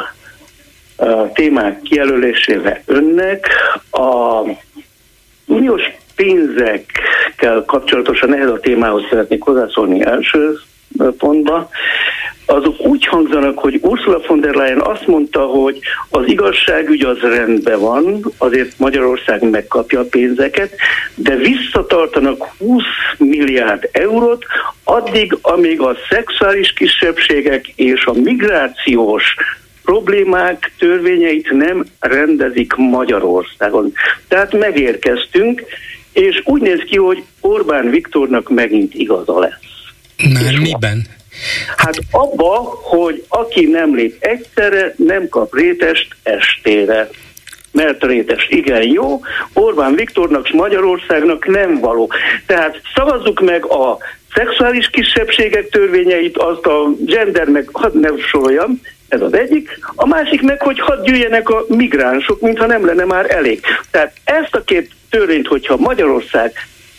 témák kijelölésével önnek. A uniós pénzekkel kapcsolatosan ehhez a témához szeretnék hozzászólni első pontba. Azok úgy hangzanak, hogy Ursula von der Leyen azt mondta, hogy az igazságügy az rendben van, azért Magyarország megkapja a pénzeket, de visszatartanak 20 milliárd eurót addig, amíg a szexuális kisebbségek és a migrációs problémák törvényeit nem rendezik Magyarországon. Tehát megérkeztünk, és úgy néz ki, hogy Orbán Viktornak megint igaza lesz.
Már miben?
Hát abba, hogy aki nem lép egyszerre, nem kap rétest estére. Mert rétest igen jó, Orbán Viktornak, Magyarországnak nem való. Tehát szavazzuk meg a szexuális kisebbségek törvényeit, azt a gender meg, hadd ne soroljam, ez az egyik. A másik meg, hogy hadd gyűjjenek a migránsok, mintha nem lenne már elég. Tehát ezt a két törvényt, hogyha Magyarország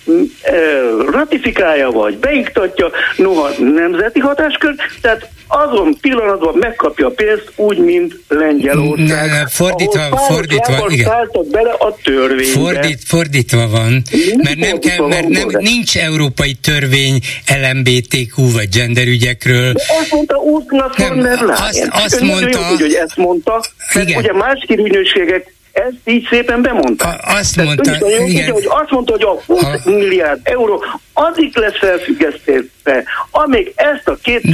ratifikálja vagy beiktatja, noha nemzeti hatáskör, tehát azon pillanatban megkapja a pénzt úgy, mint Lengyelország.
Fordítva, igen.
Bele a törvénybe.
Fordítva van, mert nincs európai törvény LMBTQ vagy genderügyekről.
De azt mondta Ursula von der Leyen.
Azt mondta,
hogy ezt mondta, mert ugye más hírügynökségek ezt így szépen bemondta.
Azt mondta,
hogy a 20 milliárd euró addig lesz felfüggesztve, amíg ezt a két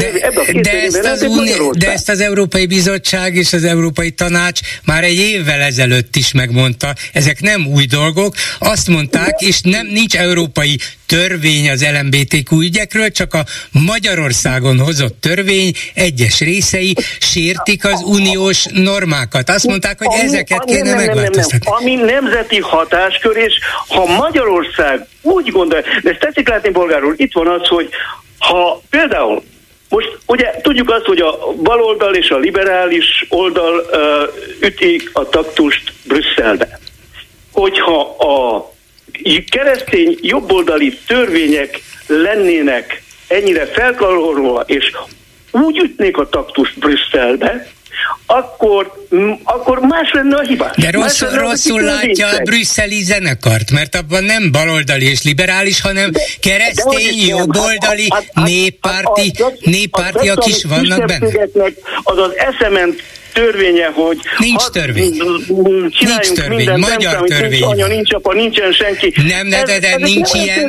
de ezt az Európai Bizottság és az Európai Tanács már egy évvel ezelőtt is megmondta. Ezek nem új dolgok. Azt mondták, és nincs európai törvény az LMBTQ ügyekről, csak a Magyarországon hozott törvény egyes részei sértik az uniós normákat. Azt mondták, hogy ezeket kéne megváltoztatni.
Ami nemzeti hatáskör, és ha Magyarország úgy gondolja, de ezt tetszik látni, Bolgár úr, itt van az, hogy ha például most ugye tudjuk azt, hogy a baloldal és a liberális oldal ütik a taktust Brüsszelbe. Hogyha a keresztény jobboldali törvények lennének ennyire felkarolva, és úgy ütnék a taktust Brüsszelbe, akkor más lenne a hibás.
De rosszul látja a brüsszeli zenekart, mert abban nem baloldali és liberális, hanem keresztény, jobboldali, néppártiak is vannak benne.
Az az eszement törvénye, hogy
nincs törvény, magyar törvény.
Nincs anya, nincs apa, nincsen senki.
Nem, nincs ilyen.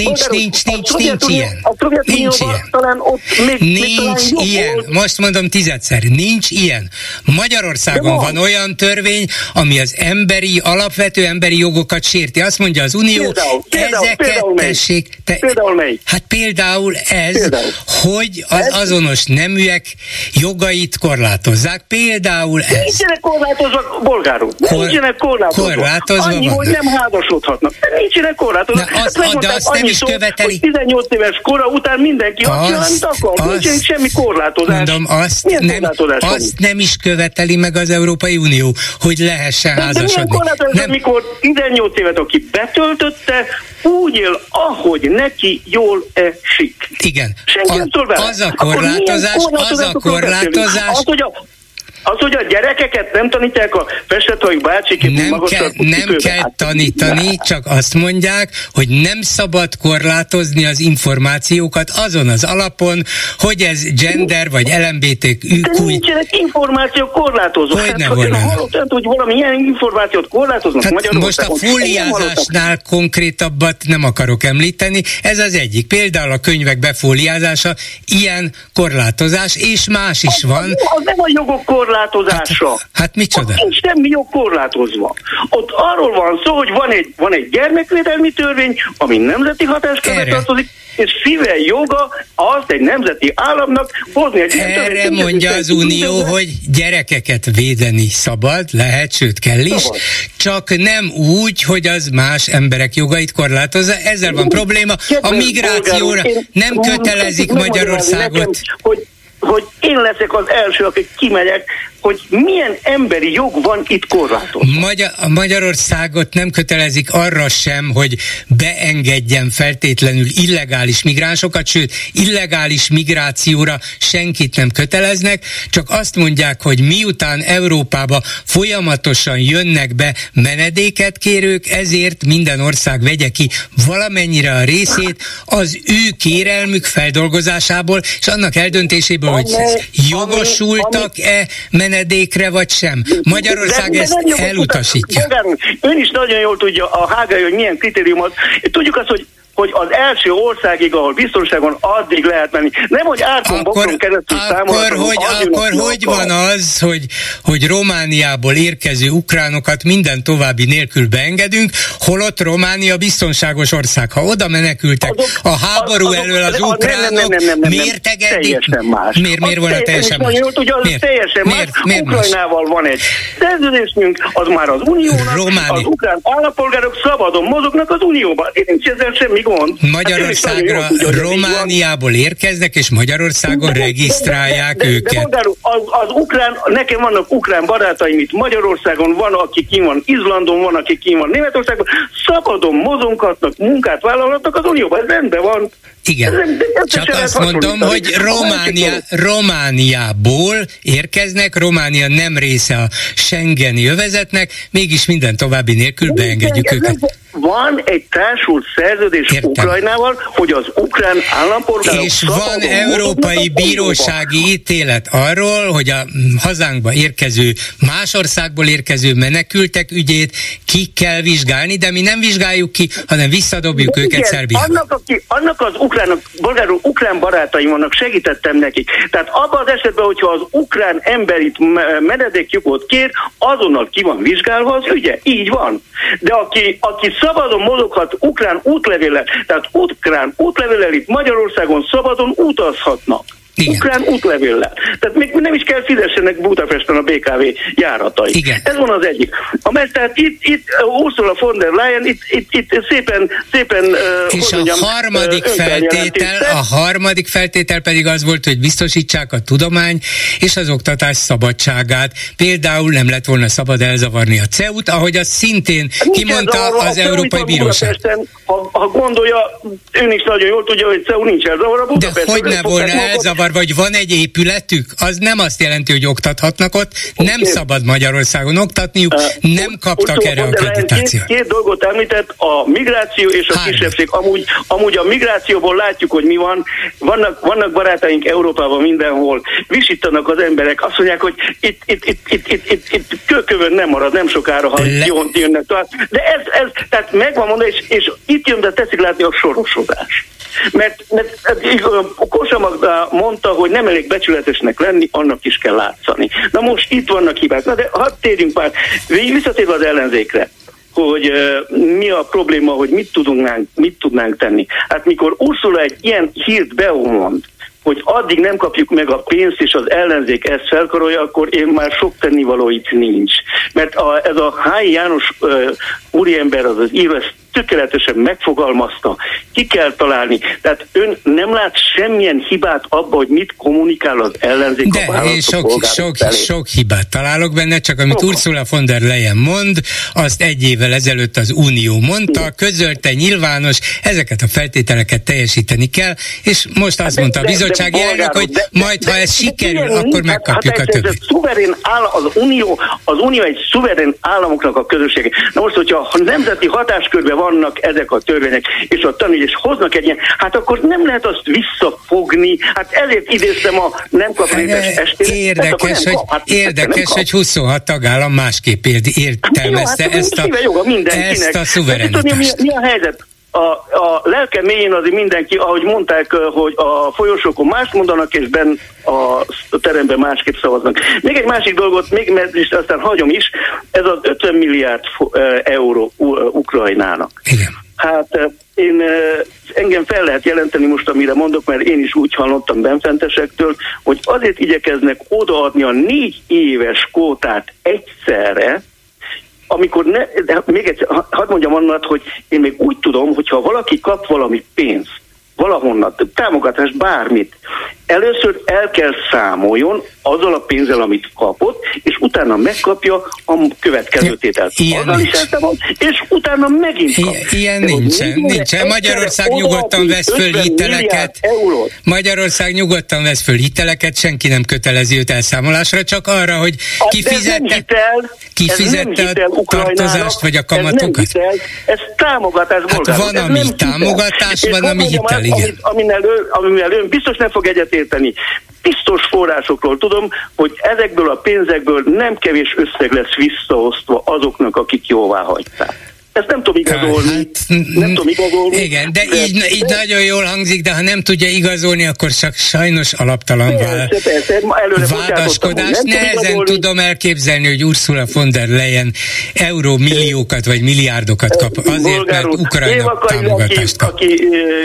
Nincs ilyen. Most mondom 10-szer, nincs ilyen. Magyarországon van olyan törvény, ami az alapvető emberi jogokat sérti. Azt mondja az Unió, ezeket tessék. Hát például ez, hogy az azonos neműek jogait korlátozzák. például ezt.
Nincsenek korlátozva, bolgárok. Nincsenek korlátozva. Annyi, hogy nem házasodhatnak. Nincsenek korlátozva.
De azt nem is követeli.
Hogy 18 éves kora után mindenki azt csinál, amit akar. Nincsenek semmi korlátozás.
Mondom, azt nem is követeli meg az Európai Unió, hogy lehessen házasodni.
Nem. Mikor 18 évet, aki betöltötte, úgy él, ahogy neki jól esik.
Igen.
Az a korlátozás. Az, hogy a gyerekeket nem tanítják a festetthajú bácsikét,
nem kell tanítani, csak azt mondják, hogy nem szabad korlátozni az információkat azon az alapon, hogy ez gender vagy LMBTQ.
De nincsenek információk korlátozva.
Hogyne volna.
Hogy valamilyen információt korlátoznak
Magyarországon. Most a fóliázásnál konkrétabbat nem akarok említeni. Ez az egyik. Például a könyvek befóliázása, ilyen korlátozás, és más is van.
Az nem a jogok korlátozása.
Hát micsoda?
Ott nincs semmi jog korlátozva. Ott arról van szó, hogy van egy gyermekvédelmi törvény, ami nemzeti hatáskörbe tartozik, és szíve joga azt egy nemzeti államnak hozni egy...
Erre mondja az Unió, hogy gyerekeket védeni szabad, lehet, sőt kell is, csak nem úgy, hogy az más emberek jogait korlátozza. Ezzel van probléma. A migrációra nem kötelezik Magyarországot.
Hogy én leszek az első, aki kimegyek, hogy milyen emberi jog van itt korlátozva.
Magyarországot nem kötelezik arra sem, hogy beengedjen feltétlenül illegális migránsokat, sőt, illegális migrációra senkit nem köteleznek, csak azt mondják, hogy miután Európába folyamatosan jönnek be menedéket kérők, ezért minden ország vegye ki valamennyire a részét az ő kérelmük feldolgozásából, és annak eldöntéséből, hogy jogosultak-e menedékre vagy sem. Magyarország ezt elutasítja.
Ön is nagyon jól tudja a hágai, hogy milyen kritériumot. Tudjuk azt, hogy az első országig, ahol biztonságon addig lehet menni. Nem, hogy árkon-bokron keresztül számolhatunk.
Akkor hogy van az, hogy Romániából érkező ukránok minden további nélkül beengedünk, holott Románia biztonságos ország. Ha oda menekültek a háború elől az ukránok, miért engedték? Miért volna teljesen más?
Teljesen más. Ukrajnával van egy szerződésünk, az már az Uniónak, az ukrán állampolgárok szabadon mozognak az Unióban. Nincs ezzel semmi gond.
Magyarországra Romániából érkeznek, és Magyarországon regisztrálják őket.
De az ukrán, nekem vannak ukrán barátaim itt Magyarországon, van, aki kim van Izlandon, van, aki kim van Németországban, szabadon mozoghatnak, munkát vállalhatnak az Unióban, ez rendben van.
Igen, csak azt mondom, hogy Romániából érkeznek, Románia nem része a Schengeni övezetnek, mégis minden további nélkül beengedjük őket.
Van egy társult szerződés Ukrajnával, hogy az ukrán állampolgárok...
És van európai bírósági ítélet arról, hogy a hazánkba érkező, más országból érkező menekültek ügyét ki kell vizsgálni, de mi nem vizsgáljuk ki, hanem visszadobjuk őket Szerbiába.
Annak az ukrán barátaim vannak, segítettem nekik. Tehát abban az esetben, hogyha az ukrán ember itt menedékjogot kér, azonnal ki van vizsgálva az ügye. Így van. De aki szabadon mozoghat ukrán útlevéllel, tehát ukrán útlevéllel itt Magyarországon szabadon utazhatnak. Igen. Ukrán útlevéllel. Tehát még nem is kell fizessenek Budapesten a BKV járatai. Igen. Ez van az egyik. Tehát itt Ursula von der Leyen itt szépen
és a harmadik feltétel pedig az volt, hogy biztosítsák a tudomány és az oktatás szabadságát. Például nem lett volna szabad elzavarni a CEU-t, ahogy azt szintén kimondta az Európai Bíróság.
Ha gondolja, ön is nagyon jól tudja, hogy CEU nincs elzavarva Budapesten.
De hogy ne volna elzavarva, vagy van egy épületük, az nem azt jelenti, hogy oktathatnak ott, nem szabad Magyarországon oktatniuk, nem kaptak erre akkreditációt.
Két dolgot említett, a migráció és a kisebbség. Amúgy a migrációból látjuk, hogy mi van. Vannak barátaink Európában mindenhol, visítanak az emberek, azt mondják, hogy itt kőkövön nem marad, nem sokára, ha jönnek tovább. De ez tehát megvan mondani, és itt jön, de teszik látni a sorosodás. Mert Kósa Magda mondta, hogy nem elég becsületesnek lenni, annak is kell látszani. Na most itt vannak hibák. Na de hadd térjünk már, visszatérve az ellenzékre, hogy mi a probléma, hogy mit tudnánk tenni. Hát mikor Ursula egy ilyen hírt bemond, hogy addig nem kapjuk meg a pénzt, és az ellenzék ezt felkarolja, akkor én már sok tennivaló itt nincs. Mert ez a Hályi János úriember, az író, ezt tökéletesen megfogalmazta, ki kell találni. Tehát ön nem lát semmilyen hibát abba, hogy mit kommunikál az ellenzék.
De én sok hibát találok benne, csak amit Ursula von der Leyen mond, azt egy évvel ezelőtt az Unió mondta, közölte, nyilvános, ezeket a feltételeket teljesíteni kell, és most azt mondta a bizottsági elnök, hogy majd, ha ez sikerül, akkor megkapjuk a többit.
Az Unió egy szuverén államoknak a közössége. Na most, hogyha nemzeti hatáskörben vannak ezek a törvények, és a tanács és hoznak egy ilyen, hát akkor nem lehet azt visszafogni, hát ezért idéztem a nem kap rétes estére.
Érdekes, hogy 26 tagállam másképp értelmezte ezt a szuverenitást.
Mi a helyzet? A lelke mélyén azért mindenki, ahogy mondták, hogy a folyosókon más mondanak, és benn a teremben másképp szavaznak. Még egy másik dolgot, mert aztán hagyom is, ez az 50 milliárd euró Ukrajnának.
Igen.
Hát engem fel lehet jelenteni most, amire mondok, mert én is úgy hallottam benfentesektől, hogy azért igyekeznek odaadni a 4 éves kvótát egyszerre, amikor még egyszer, hadd mondjam annak, hogy én még úgy tudom, hogyha valaki kap valami pénzt, valahonnan, támogatást, bármit, először el kell számoljon azzal a pénzzel, amit kapott, és utána megkapja a következő tételt. Azzal is elszámol, és utána megint kap.
Ilyen nincsen. Magyarország nyugodtan vesz föl hiteleket. Magyarország nyugodtan vesz föl hiteleket, senki nem kötelezi őt elszámolásra, csak arra, hogy kifizette a tartozást, vagy a kamatokat.
Ez támogatás.
Hát van, ami támogatás, van, ami hitel, igen.
Amivel ön biztos nem fog egyetérteni. Biztos forrásokról tudom, hogy ezekből a pénzekből nem kevés összeg lesz visszaosztva azoknak, akik jóvá hagyták. Ezt nem tudom igazolni.
Igen, de így nagyon jól hangzik, de ha nem tudja igazolni, akkor csak sajnos alaptalan vádaskodás. Nehezen tudom elképzelni, hogy Ursula von der Leyen eurómilliókat vagy milliárdokat kap azért, mert Ukrajna támogatást kap.
Aki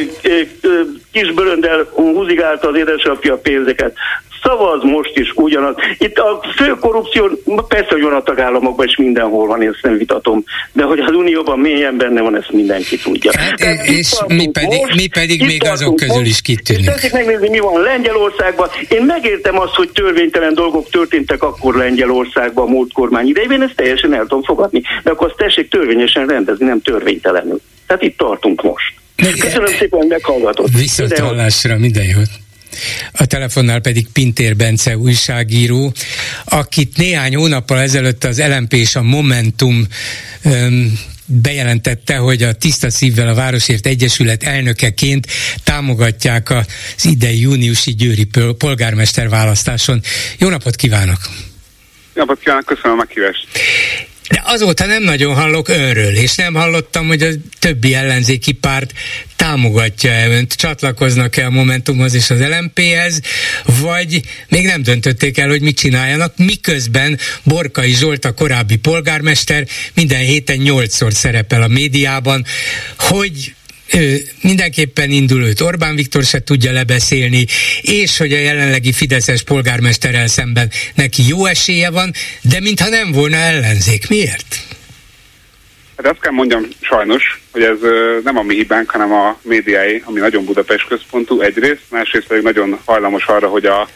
kis bölöndel húzigálta az édesapja pénzeket. Szavaz most is ugyanaz. Itt a fő korrupció, persze, hogy van a tagállamokban, és mindenhol van, én ezt nem vitatom, de hogy az Unióban mélyen benne van, ezt mindenki tudja.
Hát, és mi pedig még azok közül is kitűnünk.
Tessék megnézni, mi van Lengyelországban. Én megértem azt, hogy törvénytelen dolgok történtek akkor Lengyelországban a múlt kormány idejében, ezt teljesen el tudom fogadni, de akkor azt tessék törvényesen rendezni, nem törvénytelenül. Tehát itt tartunk most. Köszönöm szépen, hogy meghallgatott.
Viszonthallásra, minden jót. A telefonnál pedig Pintér Bence újságíró, akit néhány hónappal ezelőtt az LMP és a Momentum bejelentette, hogy a Tiszta Szívvel a Városért Egyesület elnökeként támogatják az idei júniusi győri polgármester választáson. Jó napot kívánok!
Jó napot kívánok, köszönöm a meghívást!
De azóta nem nagyon hallok önről, és nem hallottam, hogy a többi ellenzéki párt támogatja-e önt, csatlakoznak-e a Momentumhoz és az LMP-hez, vagy még nem döntötték el, hogy mit csináljanak, miközben Borkai Zsolt, a korábbi polgármester minden héten 8-szor szerepel a médiában, hogy mindenképpen indul, őt Orbán Viktor se tudja lebeszélni, és hogy a jelenlegi fideszes polgármesterrel szemben neki jó esélye van, de mintha nem volna ellenzék. Miért?
Hát azt kell mondjam sajnos, hogy ez nem a mi hibánk, hanem a médiái, ami nagyon Budapest központú egyrészt, másrészt pedig nagyon hajlamos arra, hogy a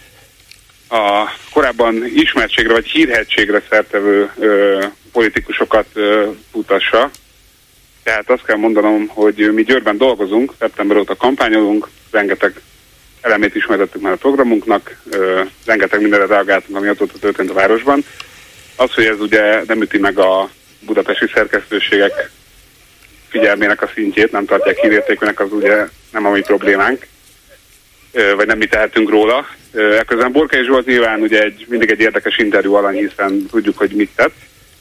korábban ismertségre vagy hírhedtségre szertevő politikusokat futassa. Tehát azt kell mondanom, hogy mi Győrben dolgozunk, szeptember óta kampányolunk, rengeteg elemét ismertettük már a programunknak, rengeteg mindenre reagáltunk, ami azóta történt a városban. Az, hogy ez ugye nem üti meg a budapesti szerkesztőségek figyelmének a szintjét, nem tartják hírértékűnek, az ugye nem a mi problémánk, vagy nem mi tehetünk róla. Ekközben Borkai Zsolt nyilván ugye mindig egy érdekes interjú alany, hiszen tudjuk, hogy mit tett.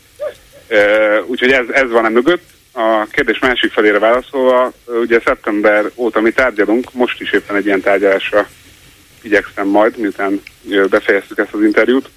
Úgyhogy ez van mögött. A kérdés másik felére válaszolva, ugye szeptember óta mi tárgyalunk, most is éppen egy ilyen tárgyalásra igyekszem majd, miután befejeztük ezt az interjút.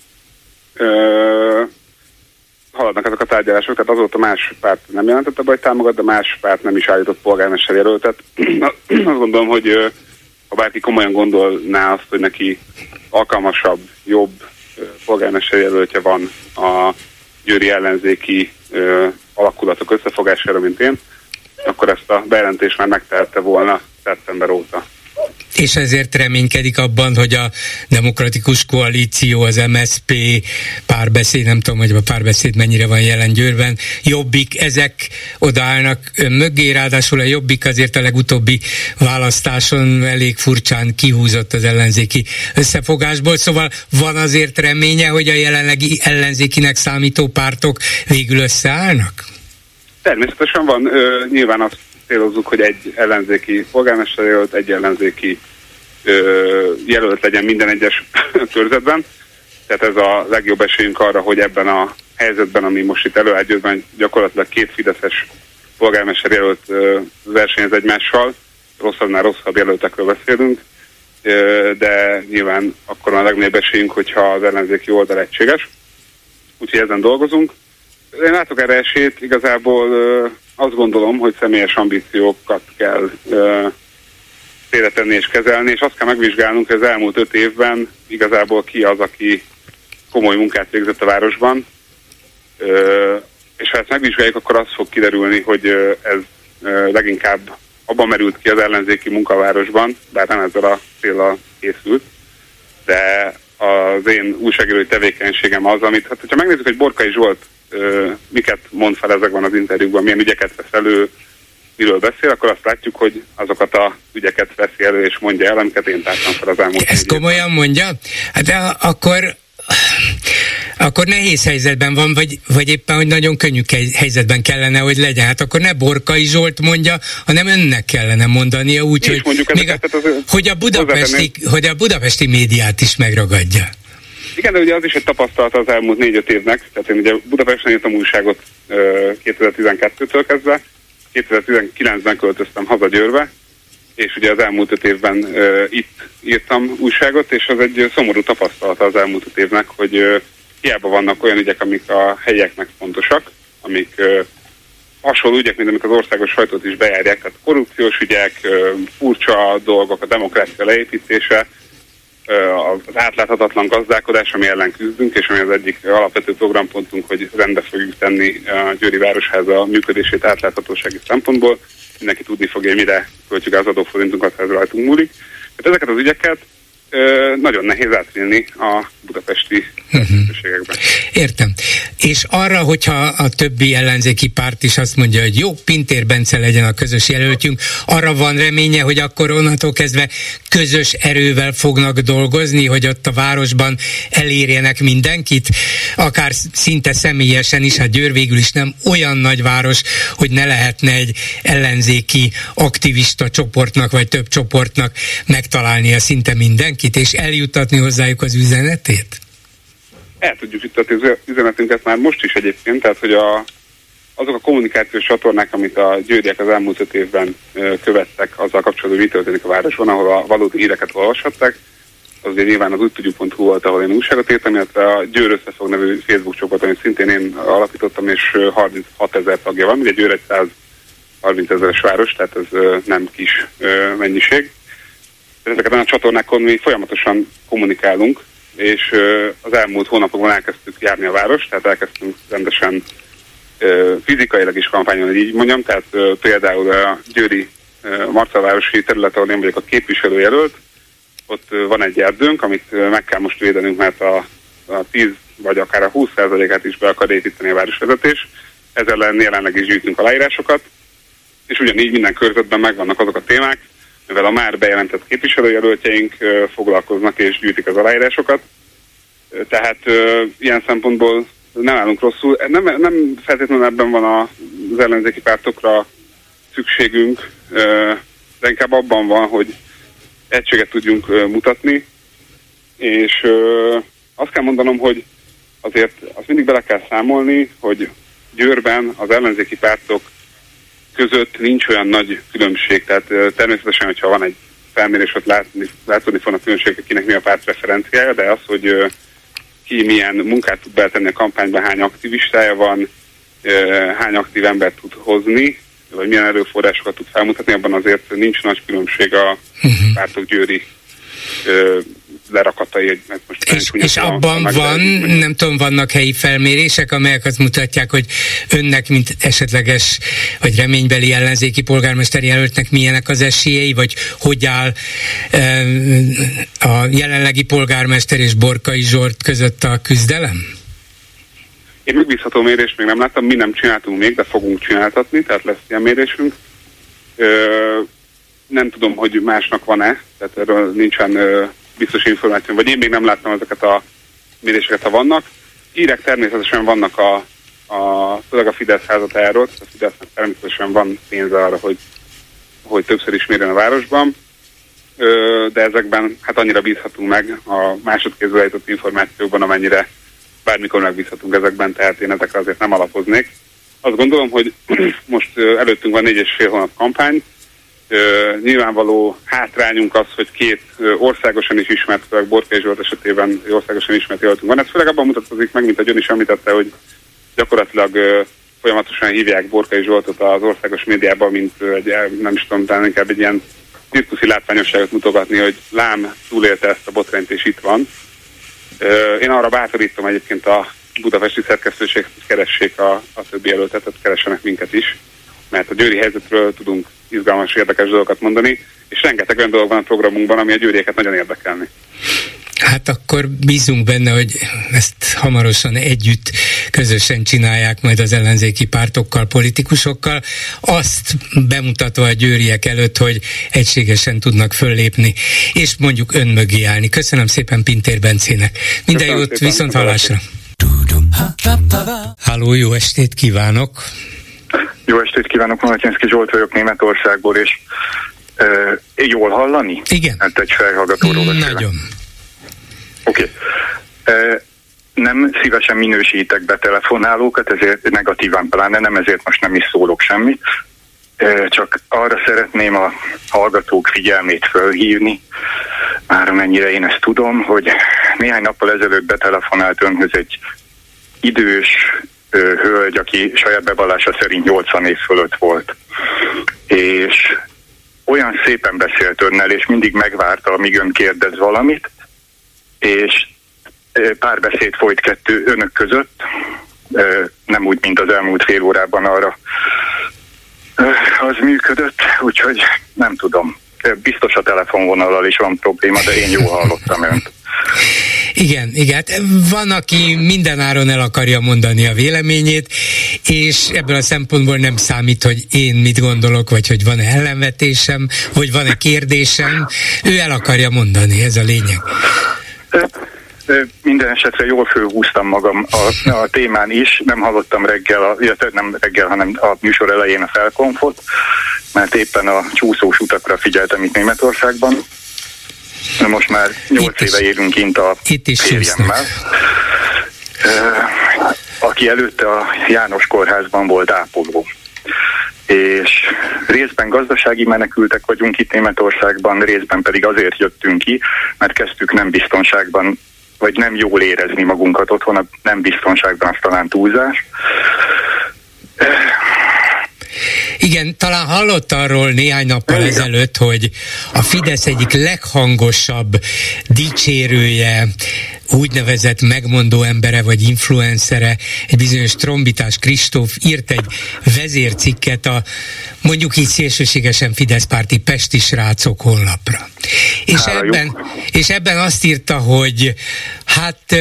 Haladnak ezek a tárgyalások, tehát azóta más párt nem jelentette be, hogy támogat, de más párt nem is állított polgármester jelöltet. Azt gondolom, hogy ha bárki komolyan gondolná azt, hogy neki alkalmasabb, jobb polgármester jelöltje van a győri ellenzéki alakulatok összefogására, mint én, akkor ezt a bejelentést már megtehette volna szeptember óta.
És ezért reménykedik abban, hogy a Demokratikus Koalíció, az MSZP, Párbeszéd, nem tudom, hogy a Párbeszéd mennyire van jelen Győrben, Jobbik, ezek odaállnak ön mögé, ráadásul a Jobbik azért a legutóbbi választáson elég furcsán kihúzott az ellenzéki összefogásból, szóval van azért reménye, hogy a jelenlegi ellenzékinek számító pártok végül összeállnak?
Természetesen van, nyilván azt célozzuk, hogy egy ellenzéki polgármester jelölt, egy ellenzéki jelölt legyen minden egyes körzetben. Tehát ez a legjobb esélyünk arra, hogy ebben a helyzetben, ami most itt előállt Győrben, gyakorlatilag két fideszes polgármester jelölt versenyez egymással, rosszabbnál rosszabb jelöltekről beszélünk, de nyilván akkor a legnagyobb esélyünk, hogyha az ellenzéki oldal egységes. Úgyhogy ezen dolgozunk. Én látok erre esélyt, igazából azt gondolom, hogy személyes ambíciókat kell félretenni és kezelni, és azt kell megvizsgálnunk, hogy az elmúlt 5 évben igazából ki az, aki komoly munkát végzett a városban, és ha ezt megvizsgáljuk, akkor az fog kiderülni, hogy ez leginkább abban merült ki az ellenzéki munkavárosban, bár nem ezzel a céllal készült, de az én újságírói tevékenységem az, amit, hát ha megnézzük, hogy Borkai Zsolt miket mond fel ezekben az interjúkban, milyen ügyeket vesz elő, miről beszél, akkor azt látjuk, hogy azokat az ügyeket veszi elő és mondja el, amiket én tártam fel az elmúlt.
Ezt komolyan mondja? Hát akkor nehéz helyzetben van, vagy éppen, hogy nagyon könnyű helyzetben kellene, hogy legyen. Hát akkor ne Borkai Zsolt mondja, hanem önnek kellene mondania, úgyhogy hogy a budapesti médiát is megragadja.
Igen, de ugye az is egy tapasztalata az elmúlt 4-5 évnek. Tehát én ugye Budapesten írtam újságot 2012-től kezdve, 2019-ben költöztem haza Győrbe, és ugye az elmúlt 5 évben itt írtam újságot, és az egy szomorú tapasztalata az elmúlt 5 évnek, hogy hiába vannak olyan ügyek, amik a helyieknek fontosak, amik hasonló ügyek, mint amik az országos sajtót is bejárják, tehát korrupciós ügyek, furcsa dolgok, a demokrácia leépítése, az átláthatatlan gazdálkodás, ami ellen küzdünk, és ami az egyik alapvető programpontunk, hogy rendbe fogjuk tenni a Győri Városháza működését átláthatósági szempontból. Mindenki tudni fogja, hogy mire költjük az adóforintunkat, ha ez rajtunk múlik. Tehát ezeket az ügyeket nagyon nehéz átvinni a budapesti közösségekben.
Értem. És arra, hogyha a többi ellenzéki párt is azt mondja, hogy jó, Pintér Bence legyen a közös jelöltjünk, arra van reménye, hogy akkor onnantól kezdve közös erővel fognak dolgozni, hogy ott a városban elérjenek mindenkit, akár szinte személyesen is, hát Győr végül is nem olyan nagy város, hogy ne lehetne egy ellenzéki aktivista csoportnak, vagy több csoportnak megtalálnia szinte mindenkit, és eljuttatni hozzájuk az üzenetét?
El tudjuk juttatni az üzenetünket már most is egyébként, tehát hogy azok a kommunikációs csatornák, amit a győriek az elmúlt 5 évben követtek azzal kapcsolatban, hogy mi történik a városban, ahol a valódi híreket olvashatták, az ugye nyilván az úgytudjuk.hu volt, ahol én újságot írtam, illetve a Győr Összefog nevű Facebook csoport, amit szintén én alapítottam, és 36 000 tagja van, ugye Győr egy 130 000-es város, tehát ez nem kis mennyiség. Ezeket a csatornákon mi folyamatosan kommunikálunk, és az elmúlt hónapokban elkezdtük járni a várost, tehát elkezdtünk rendesen fizikailag is kampányolni, így mondjam, tehát például a győri Marcavárosi terület, ahol én vagyok a képviselőjelölt, ott van egy erdőnk, amit meg kell most védenünk, mert a 10 vagy akár a 20%-át is be akar építeni a városvezetés. Ezzel ellen jelenleg is gyűjtünk aláírásokat, és ugyanígy minden körzetben megvannak azok a témák, mivel a már bejelentett képviselőjelöltjeink foglalkoznak és gyűjtik az aláírásokat. Tehát ilyen szempontból nem állunk rosszul. Nem feltétlenül ebben van az ellenzéki pártokra szükségünk, de inkább abban van, hogy egységet tudjunk mutatni, és azt kell mondanom, hogy azért azt mindig bele kell számolni, hogy Győrben az ellenzéki pártok között nincs olyan nagy különbség, tehát természetesen, hogyha van egy felmérés, ott látni fognak különbségek, kinek mi a párt preferenciája, de az, hogy ki milyen munkát tud beletenni a kampányban, hány aktivistája van, hány aktív embert tud hozni, vagy milyen erőforrásokat tud felmutatni, abban azért nincs nagy különbség a pártok győri lerakatai.
És abban nem tudom, vannak helyi felmérések, amelyek azt mutatják, hogy önnek, mint esetleges vagy reménybeli ellenzéki polgármester jelöltnek milyenek az esélyei, vagy hogy áll a jelenlegi polgármester és Borkai Zsolt között a küzdelem?
Én megbízható mérést még nem láttam, mi nem csináltunk még, de fogunk csináltatni, tehát lesz ilyen mérésünk. Nem tudom, hogy másnak van-e, tehát erről nincsen biztos információ, vagy én még nem láttam ezeket a méréseket, ha vannak. Hírek természetesen vannak főleg a Fidesz házatájáról, a Fidesznek természetesen van pénze arra, hogy többször is mérjen a városban, de ezekben hát annyira bízhatunk meg a másodkézből eljutott információkban, amennyire bármikor megbízhatunk ezekben, tehát én ezekre azért nem alapoznék. Azt gondolom, hogy most előttünk van 4,5 hónap kampány. Nyilvánvaló hátrányunk az, hogy két országosan is ismert, főleg Borkai Zsolt esetében országosan ismert jelöltünk van. Ez főleg abban mutatkozik meg, mint a Ön is említette, hogy gyakorlatilag folyamatosan hívják Borkai Zsoltot az országos médiában, mint nem is tudom, talán inkább egy ilyen cirkuszi látványosságot mutogatni, hogy lám túlélte ezt a botrányt és itt van. Én arra bátorítom egyébként a budapesti szerkesztőséget, hogy keressék a többi jelöltet, tehát keressenek minket is, mert a győri helyzetről tudunk izgalmas, érdekes dolgokat mondani, és rengeteg olyan dolog van a programunkban, ami a győrieket nagyon érdekelni.
Hát akkor bízunk benne, hogy ezt hamarosan együtt, közösen csinálják majd az ellenzéki pártokkal, politikusokkal, azt bemutatva a győriek előtt, hogy egységesen tudnak föllépni, és mondjuk ön mögé állni. Köszönöm szépen Pintér Bencének. Minden jót, viszont hallásra. Halló, jó estét kívánok!
Jó estét kívánok, Malatyánszky Zsolt vagyok Németországból, és jól hallani?
Igen.
Hát egy felhallgatóról beszélek.
Nagyon.
Oké. Nem szívesen minősítek be telefonálókat, ezért negatívan pláne, nem, ezért most nem is szólok semmit. Csak arra szeretném a hallgatók figyelmét fölhívni, már amennyire én ezt tudom, hogy néhány nappal ezelőtt betelefonált önhöz egy idős hölgy, aki saját bevallása szerint 80 év fölött volt. És olyan szépen beszélt önnel, és mindig megvárta, amíg ön kérdez valamit, és párbeszéd folyt önök között, nem úgy, mint az elmúlt fél órában arra az működött, úgyhogy nem tudom. Biztos a telefonvonallal is van probléma, de én jól hallottam önt.
Igen, van, aki mindenáron el akarja mondani a véleményét, és ebből a szempontból nem számít, hogy én mit gondolok, vagy hogy van-e ellenvetésem, vagy van-e kérdésem, ő el akarja mondani, ez a lényeg.
Minden esetre jól fölhúztam magam a témán is, nem hallottam nem reggel, hanem a műsor elején a felkonfot, mert éppen a csúszós utakra figyeltem itt Németországban. Most már 8 éve élünk kint a férjemmel, aki előtte a János Kórházban volt ápoló. És részben gazdasági menekültek vagyunk itt Németországban, részben pedig azért jöttünk ki, mert kezdtük nem biztonságban, vagy nem jól érezni magunkat otthon, a nem biztonságban, az talán túlzás.
Igen, talán hallott arról néhány nappal ezelőtt, hogy a Fidesz egyik leghangosabb dicsérője, úgynevezett megmondó embere vagy influencere, egy bizonyos Trombitás Kristóf írt egy vezércikket a mondjuk így szélsőségesen fideszpárti Pesti Srácok honlapra. És ebben azt írta, hogy hát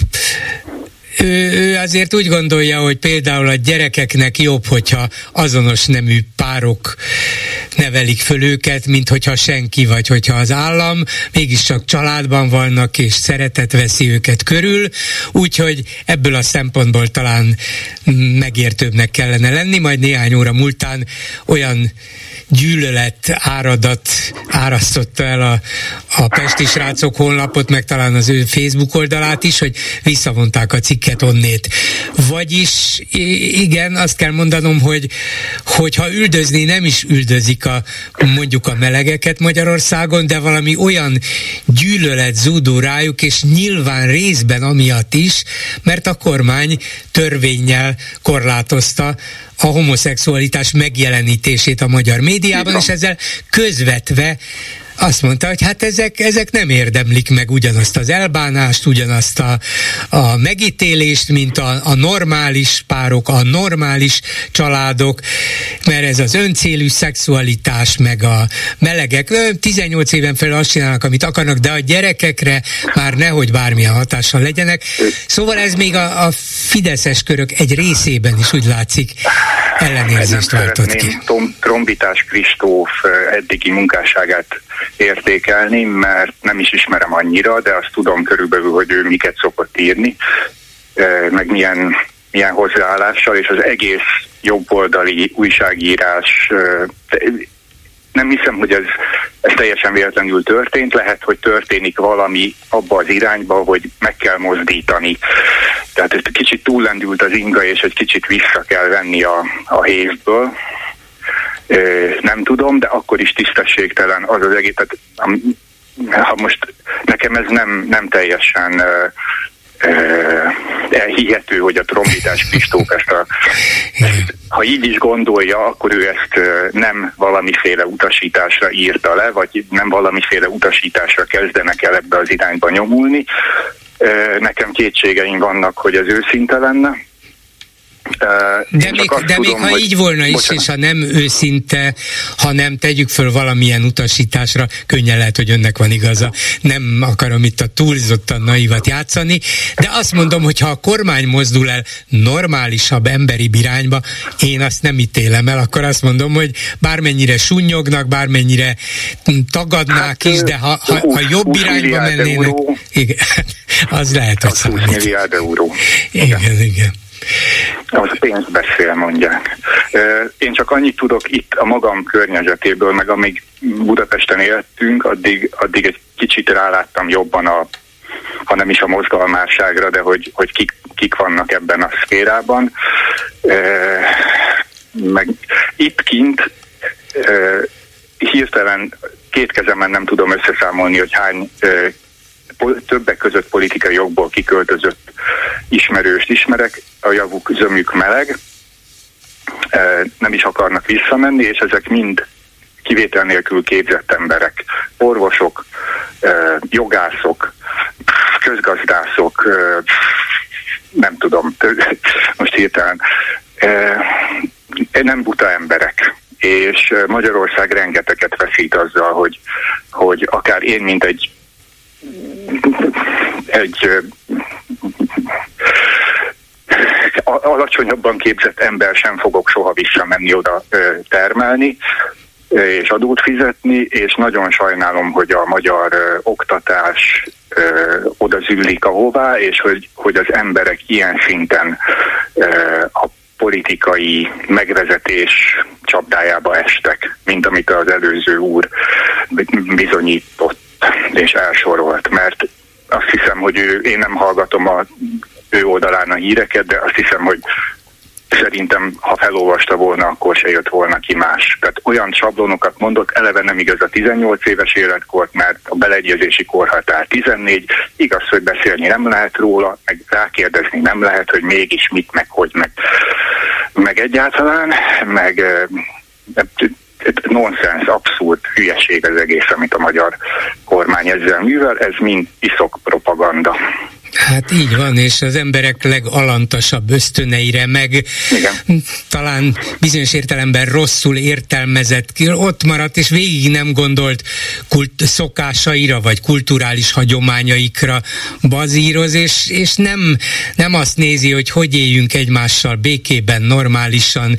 ő azért úgy gondolja, hogy például a gyerekeknek jobb, hogyha azonos nemű párok nevelik föl őket, mint hogyha senki, vagy hogyha az állam, mégiscsak családban vannak, és szeretet veszi őket körül, úgyhogy ebből a szempontból talán megértőbbnek kellene lenni, majd néhány óra múltán olyan gyűlölet áradat árasztotta el a Pesti Srácok honlapot, meg talán az ő Facebook oldalát is, hogy visszavonták a cikket onnét. Vagyis igen, azt kell mondanom, hogy ha üldözni, nem is üldözik mondjuk a melegeket Magyarországon, de valami olyan gyűlölet zúdul rájuk, és nyilván részben amiatt is, mert a kormány törvénnyel korlátozta a homoszexualitás megjelenítését a magyar médiában, és ezzel közvetve azt mondta, hogy hát ezek nem érdemlik meg ugyanazt az elbánást, ugyanazt a megítélést, mint a normális párok, a normális családok, mert ez az öncélű szexualitás, meg a melegek 18 éven felül azt csinálnak, amit akarnak, de a gyerekekre már nehogy bármilyen hatással legyenek. Szóval ez még a fideszes körök egy részében is úgy látszik ellenérzést váltott ki.
Trombitás Kristóf eddigi munkásságát értékelni, mert nem is ismerem annyira, de azt tudom körülbelül, hogy ő miket szokott írni, meg milyen hozzáállással, és az egész jobboldali újságírás, nem hiszem, hogy ez teljesen véletlenül történt, lehet, hogy történik valami abba az irányba, hogy meg kell mozdítani. Tehát egy kicsit túllendült az inga, és egy kicsit vissza kell venni a hévből. Nem tudom, de akkor is tisztességtelen az az egész. Tehát, ha most nekem ez nem teljesen elhihető, hogy a trombitás Kristóf ha így is gondolja, akkor ő ezt nem valamiféle utasításra írta le, vagy nem valamiféle utasításra kezdenek el ebbe az irányba nyomulni. Nekem kétségeim vannak, hogy ez őszinte lenne.
De még ha így volna is, és ha nem őszinte, ha nem tegyük föl valamilyen utasításra, könnyen lehet, hogy önnek van igaza. Nem akarom itt a túlzottan naivat játszani, de azt mondom, hogy ha a kormány mozdul el normálisabb emberi irányba, én azt nem ítélem el, akkor azt mondom, hogy bármennyire sunnyognak, bármennyire tagadnák is, de ha jobb irányba mennének, igen, az lehet, hogy
20 milliárd euró.
Igen.
Az pénzt beszél, mondják. Én csak annyit tudok itt a magam környezetéből, meg amíg Budapesten éltünk, addig egy kicsit ráláttam jobban ha nem is a mozgalmárságra, de hogy kik vannak ebben a szférában. Meg itt kint hirtelen két kezemen nem tudom összeszámolni, hogy hány többek között politikai jogból kiköltözött ismerőst ismerek, a javuk zömük meleg, nem is akarnak visszamenni, és ezek mind kivétel nélkül képzett emberek, orvosok, jogászok, közgazdászok, nem tudom, most hirtelen, nem buta emberek. És Magyarország rengeteget veszít azzal, hogy akár én, mint egy alacsonyabban képzett ember sem fogok soha visszamenni oda termelni és adót fizetni, és nagyon sajnálom, hogy a magyar oktatás oda züllik ahová, és hogy az emberek ilyen szinten a politikai megvezetés csapdájába estek, mint amit az előző úr bizonyított és elsorolt, mert azt hiszem, hogy én nem hallgatom ő oldalán a híreket, de azt hiszem, hogy szerintem, ha felolvasta volna, akkor se jött volna ki más. Tehát olyan sablonokat mondott, eleve nem igaz a 18 éves életkort, mert a beleegyezési korhatár 14, igaz, hogy beszélni nem lehet róla, meg rákérdezni nem lehet, hogy mégis mit, meg hogy, meg egyáltalán, meg nonsens, abszurd hülyeség az egész, amit a magyar kormány ezzel művel, ez mind iszok propaganda.
Hát így van, és az emberek legalantasabb ösztöneire, meg igen, talán bizonyos értelemben rosszul értelmezett, ott maradt, és végig nem gondolt szokásaira, vagy kulturális hagyományaikra bazíroz, és nem azt nézi, hogy éljünk egymással békében, normálisan,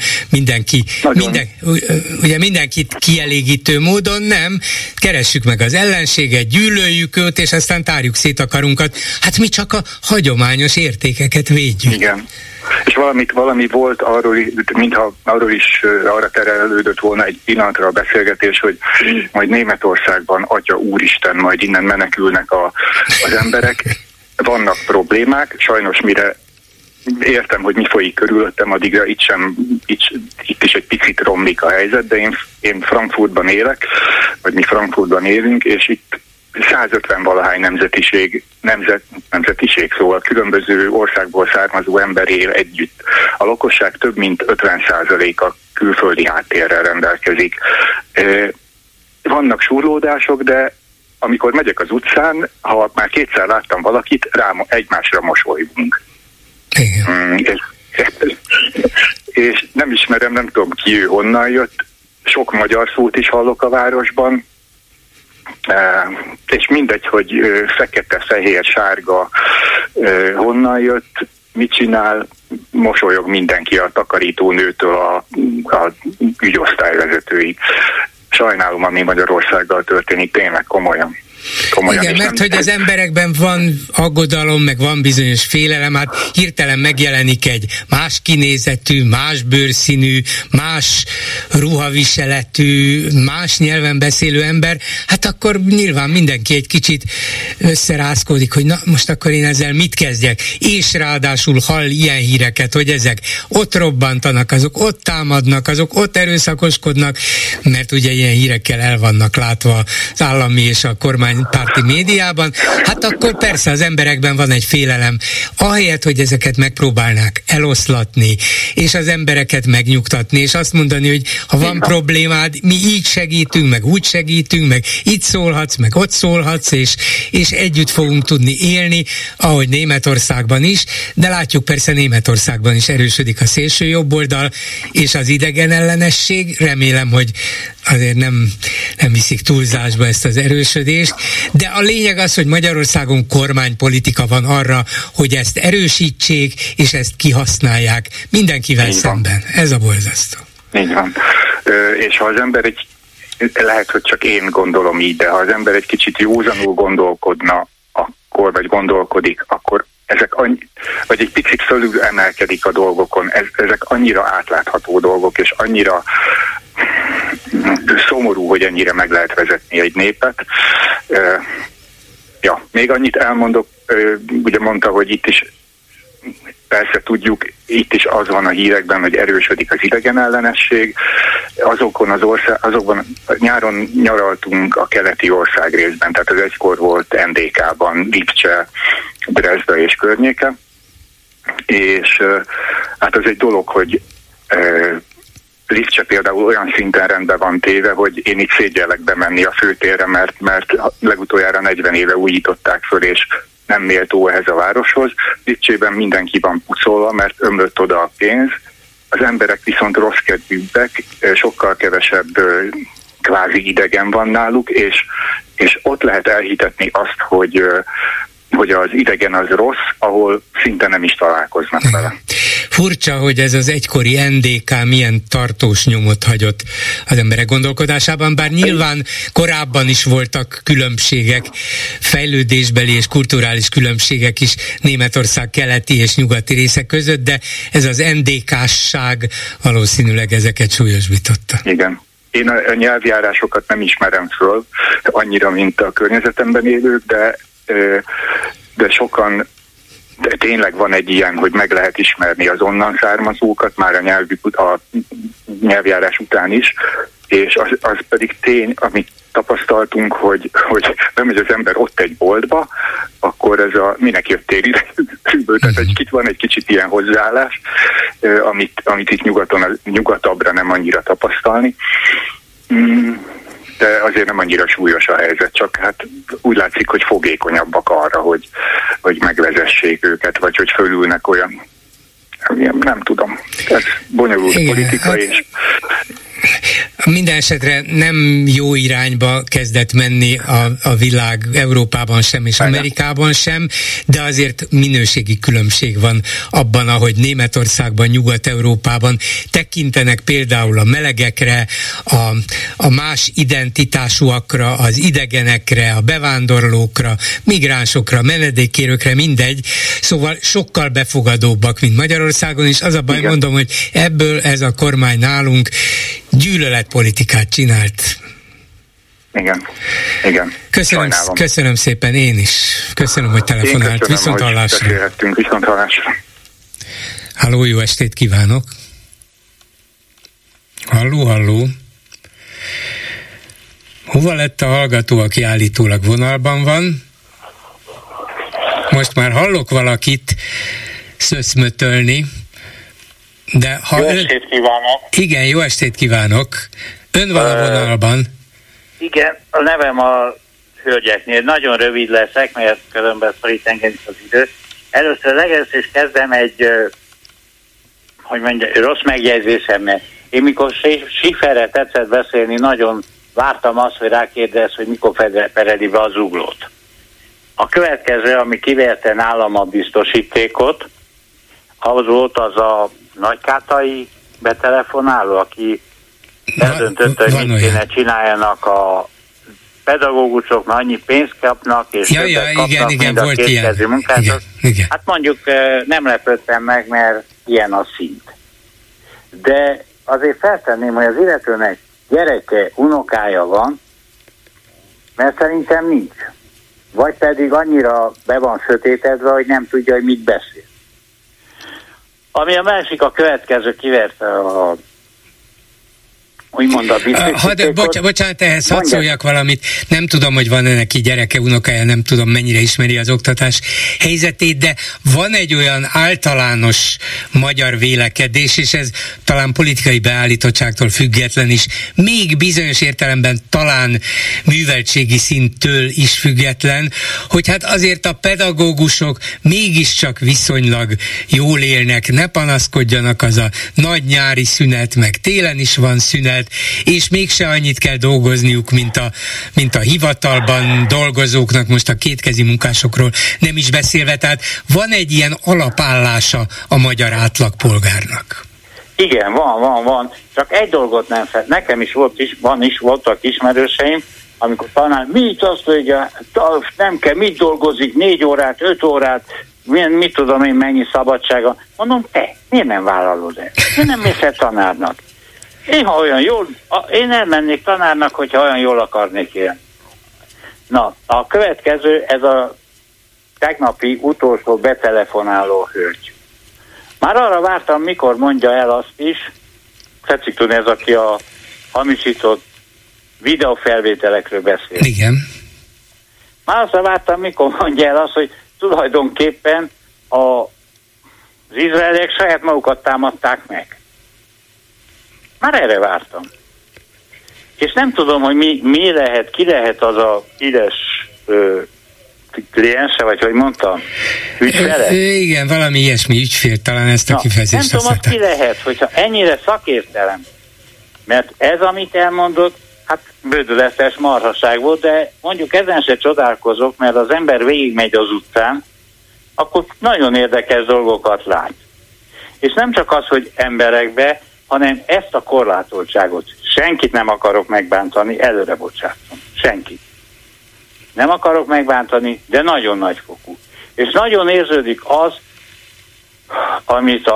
mindenkit kielégítő módon, nem. Keressük meg az ellenséget, gyűlöljük őt, és aztán tárjuk szét a karunkat. Hát mi csak a hagyományos értékeket védjük.
Igen. És valami volt arról, mintha arra terelődött volna egy pillanatra a beszélgetés, hogy majd Németországban, Atya Úristen, majd innen menekülnek az emberek. Vannak problémák, sajnos mire értem, hogy mi folyik körülöttem, addigra itt is egy picit romlik a helyzet, de én Frankfurtban élek, vagy mi Frankfurtban élünk, és itt 150-valahány nemzetiség, szóval különböző országból származó ember él együtt. A lakosság több mint 50%-a külföldi háttérrel rendelkezik. Vannak surlódások, de amikor megyek az utcán, ha már kétszer láttam valakit, egymásra mosolygunk. És nem ismerem, nem tudom ki ő, honnan jött. Sok magyar szót is hallok a városban, és mindegy, hogy fekete, fehér, sárga, honnan jött, mit csinál, mosolyog mindenki, a takarítónőtől a ügyosztályvezetőig. Sajnálom, ami Magyarországgal történik, tényleg komolyan.
Igen, mert hogy az emberekben van aggodalom, meg van bizonyos félelem, hát hirtelen megjelenik egy más kinézetű, más bőrszínű, más ruhaviseletű, más nyelven beszélő ember, hát akkor nyilván mindenki egy kicsit összerázkodik, hogy na most akkor én ezzel mit kezdjek, és ráadásul hall ilyen híreket, hogy ezek ott robbantanak, azok ott támadnak, azok ott erőszakoskodnak, mert ugye ilyen hírekkel el vannak látva az állami és a kormány párti médiában, hát akkor persze az emberekben van egy félelem. Ahelyett, hogy ezeket megpróbálnák eloszlatni, és az embereket megnyugtatni, és azt mondani, hogy ha van problémád, mi így segítünk, meg úgy segítünk, meg itt szólhatsz, meg ott szólhatsz, és együtt fogunk tudni élni, ahogy Németországban is, de látjuk persze Németországban is erősödik a szélső jobboldal, és az idegen ellenesség, remélem, hogy azért nem viszik túlzásba ezt az erősödést, de a lényeg az, hogy Magyarországon kormánypolitika van arra, hogy ezt erősítsék, és ezt kihasználják mindenkivel szemben. Ez a borzasztó.
Így van. És ha az ember lehet, hogy csak én gondolom így, de ha az ember egy kicsit józanul gondolkodna, vagy gondolkodik, akkor vagy egy picit fölül emelkedik a dolgokon. Ezek annyira átlátható dolgok, és annyira szomorú, hogy ennyire meg lehet vezetni egy népet. Még annyit elmondok, ugye mondta, hogy itt is persze tudjuk, itt is az van a hírekben, hogy erősödik az idegen ellenesség. Azokban nyáron nyaraltunk a keleti országrészben, tehát az egykor volt NDK-ban, Lipcse, Dresda és környéke, és hát az egy dolog, hogy Lipcse például olyan szinten rendben van téve, hogy én itt szégyellek bemenni a főtérre, mert legutoljára 40 éve újították föl, és nem méltó ehhez a városhoz. Lipcsében mindenki van pucolva, mert ömlött oda a pénz. Az emberek viszont rossz kedvűbbek, sokkal kevesebb kvázi idegen van náluk, és ott lehet elhitetni azt, hogy az idegen az rossz, ahol szinte nem is találkoznak vele.
Furcsa, hogy ez az egykori NDK milyen tartós nyomot hagyott az emberek gondolkodásában, bár nyilván korábban is voltak különbségek, fejlődésbeli és kulturális különbségek is Németország keleti és nyugati részek között, de ez az NDK-sság valószínűleg ezeket súlyosbította.
Igen. Én a nyelvjárásokat nem ismerem föl annyira, mint a környezetemben élők, de sokan, de tényleg van egy ilyen, hogy meg lehet ismerni az onnan származókat már a nyelvjárás után is, és az pedig tény, amit tapasztaltunk, hogy bemegy az ember ott egy boltba, akkor ez minek jöttél ide? Tehát van egy kicsit ilyen hozzáállás, amit itt nyugatabbra nem annyira tapasztalni. De azért nem annyira súlyos a helyzet, csak hát úgy látszik, hogy fogékonyabbak arra, hogy megvezessék őket, vagy hogy fölülnek olyan, nem tudom, ez bonyolult politika, és
minden esetre nem jó irányba kezdett menni a világ Európában sem és Amerikában sem, de azért minőségi különbség van abban, ahogy Németországban, Nyugat-Európában tekintenek például a melegekre, a más identitásúakra, az idegenekre, a bevándorlókra, migránsokra, menedékkérőkre, mindegy. Szóval sokkal befogadóbbak, mint Magyarországon, és az a baj, mondom, hogy ebből ez a kormány nálunk gyűlöletpolitikát csinált.
Igen.
Köszönöm szépen, én is. Köszönöm, hogy telefonált. Viszont hallásra.
Viszont hallásra.
Halló, jó estét kívánok. Halló. Hova lett a hallgató, aki állítólag vonalban van? Most már hallok valakit szöszmötölni, de ha
jó estét kívánok!
Igen, jó estét kívánok! Ön van a vonalban.
Igen, a nevem a hölgyeknél. Nagyon rövid leszek, mert különben szorít engem is az idő. Először legelőször kezdem egy rossz megjegyzésemmel. Én mikor Schifferre tetszett beszélni, nagyon vártam azt, hogy rákérdez, hogy mikor pereli be a zuglót. A következő, ami kiverte nálam a biztosítékot, ahhoz volt az a nagykátai betelefonáló, aki eldöntötte, hogy mit kéne csináljanak a pedagógusok, mert annyi pénzt kapnak, és többet kapnak, mint a kétkezű munkások. Hát mondjuk nem lepődtem meg, mert ilyen a szint. De azért feltenném, hogy az illetőnek gyereke, unokája van, mert szerintem nincs. Vagy pedig annyira be van sötétedve, hogy nem tudja, hogy mit beszél. Ami a másik, a következő kiverte a úgymond a biztosítékot.
Bocsánat, ehhez hadd szóljak valamit. Nem tudom, hogy van-e neki gyereke, unokája, nem tudom, mennyire ismeri az oktatás helyzetét, de van egy olyan általános magyar vélekedés, és ez talán politikai beállítottságtól független is, még bizonyos értelemben talán műveltségi szinttől is független, hogy hát azért a pedagógusok mégiscsak viszonylag jól élnek, ne panaszkodjanak, az a nagy nyári szünet, meg télen is van szünet, és mégse annyit kell dolgozniuk, mint a hivatalban dolgozóknak, most a kétkezi munkásokról nem is beszélve, tehát van egy ilyen alapállása a magyar átlagpolgárnak.
Igen, van. Csak egy dolgot nem fel. Nekem is voltak ismerőseim, amikor tanár, mit azt mondja, nem kell, mit dolgozik, 4 órát, 5 órát, mit tudom én, mennyi szabadsága. Mondom, te, miért nem vállalod el? Miért nem mész el tanárnak? Én elmennék tanárnak, hogyha olyan jól akarnék élni. Na, a következő, ez a tegnapi utolsó betelefonáló hölgy. Már arra vártam, mikor mondja el azt is, tetszik tudni, ez aki a hamisított videófelvételekről beszél.
Igen.
Már arra vártam, mikor mondja el azt, hogy tulajdonképpen az izraeliek saját magukat támadták meg. Már erre vártam. És nem tudom, hogy ki lehet az a híres kliense, vagy hogy mondtam, ügyfele?
Igen, valami ilyesmi ügyfél, talán ezt a kifejezést
nem tudom, ki lehet, hogyha ennyire szakértelem, mert ez, amit elmondott, hát bődületes marhaság volt, de mondjuk ezen se csodálkozok, mert az ember végigmegy az utcán, akkor nagyon érdekes dolgokat lát. És nem csak az, hogy emberekbe, hanem ezt a korlátoltságot. Senkit nem akarok megbántani, előre bocsátom. Senkit. Nem akarok megbántani, de nagyon nagyfokú. És nagyon érződik az, amit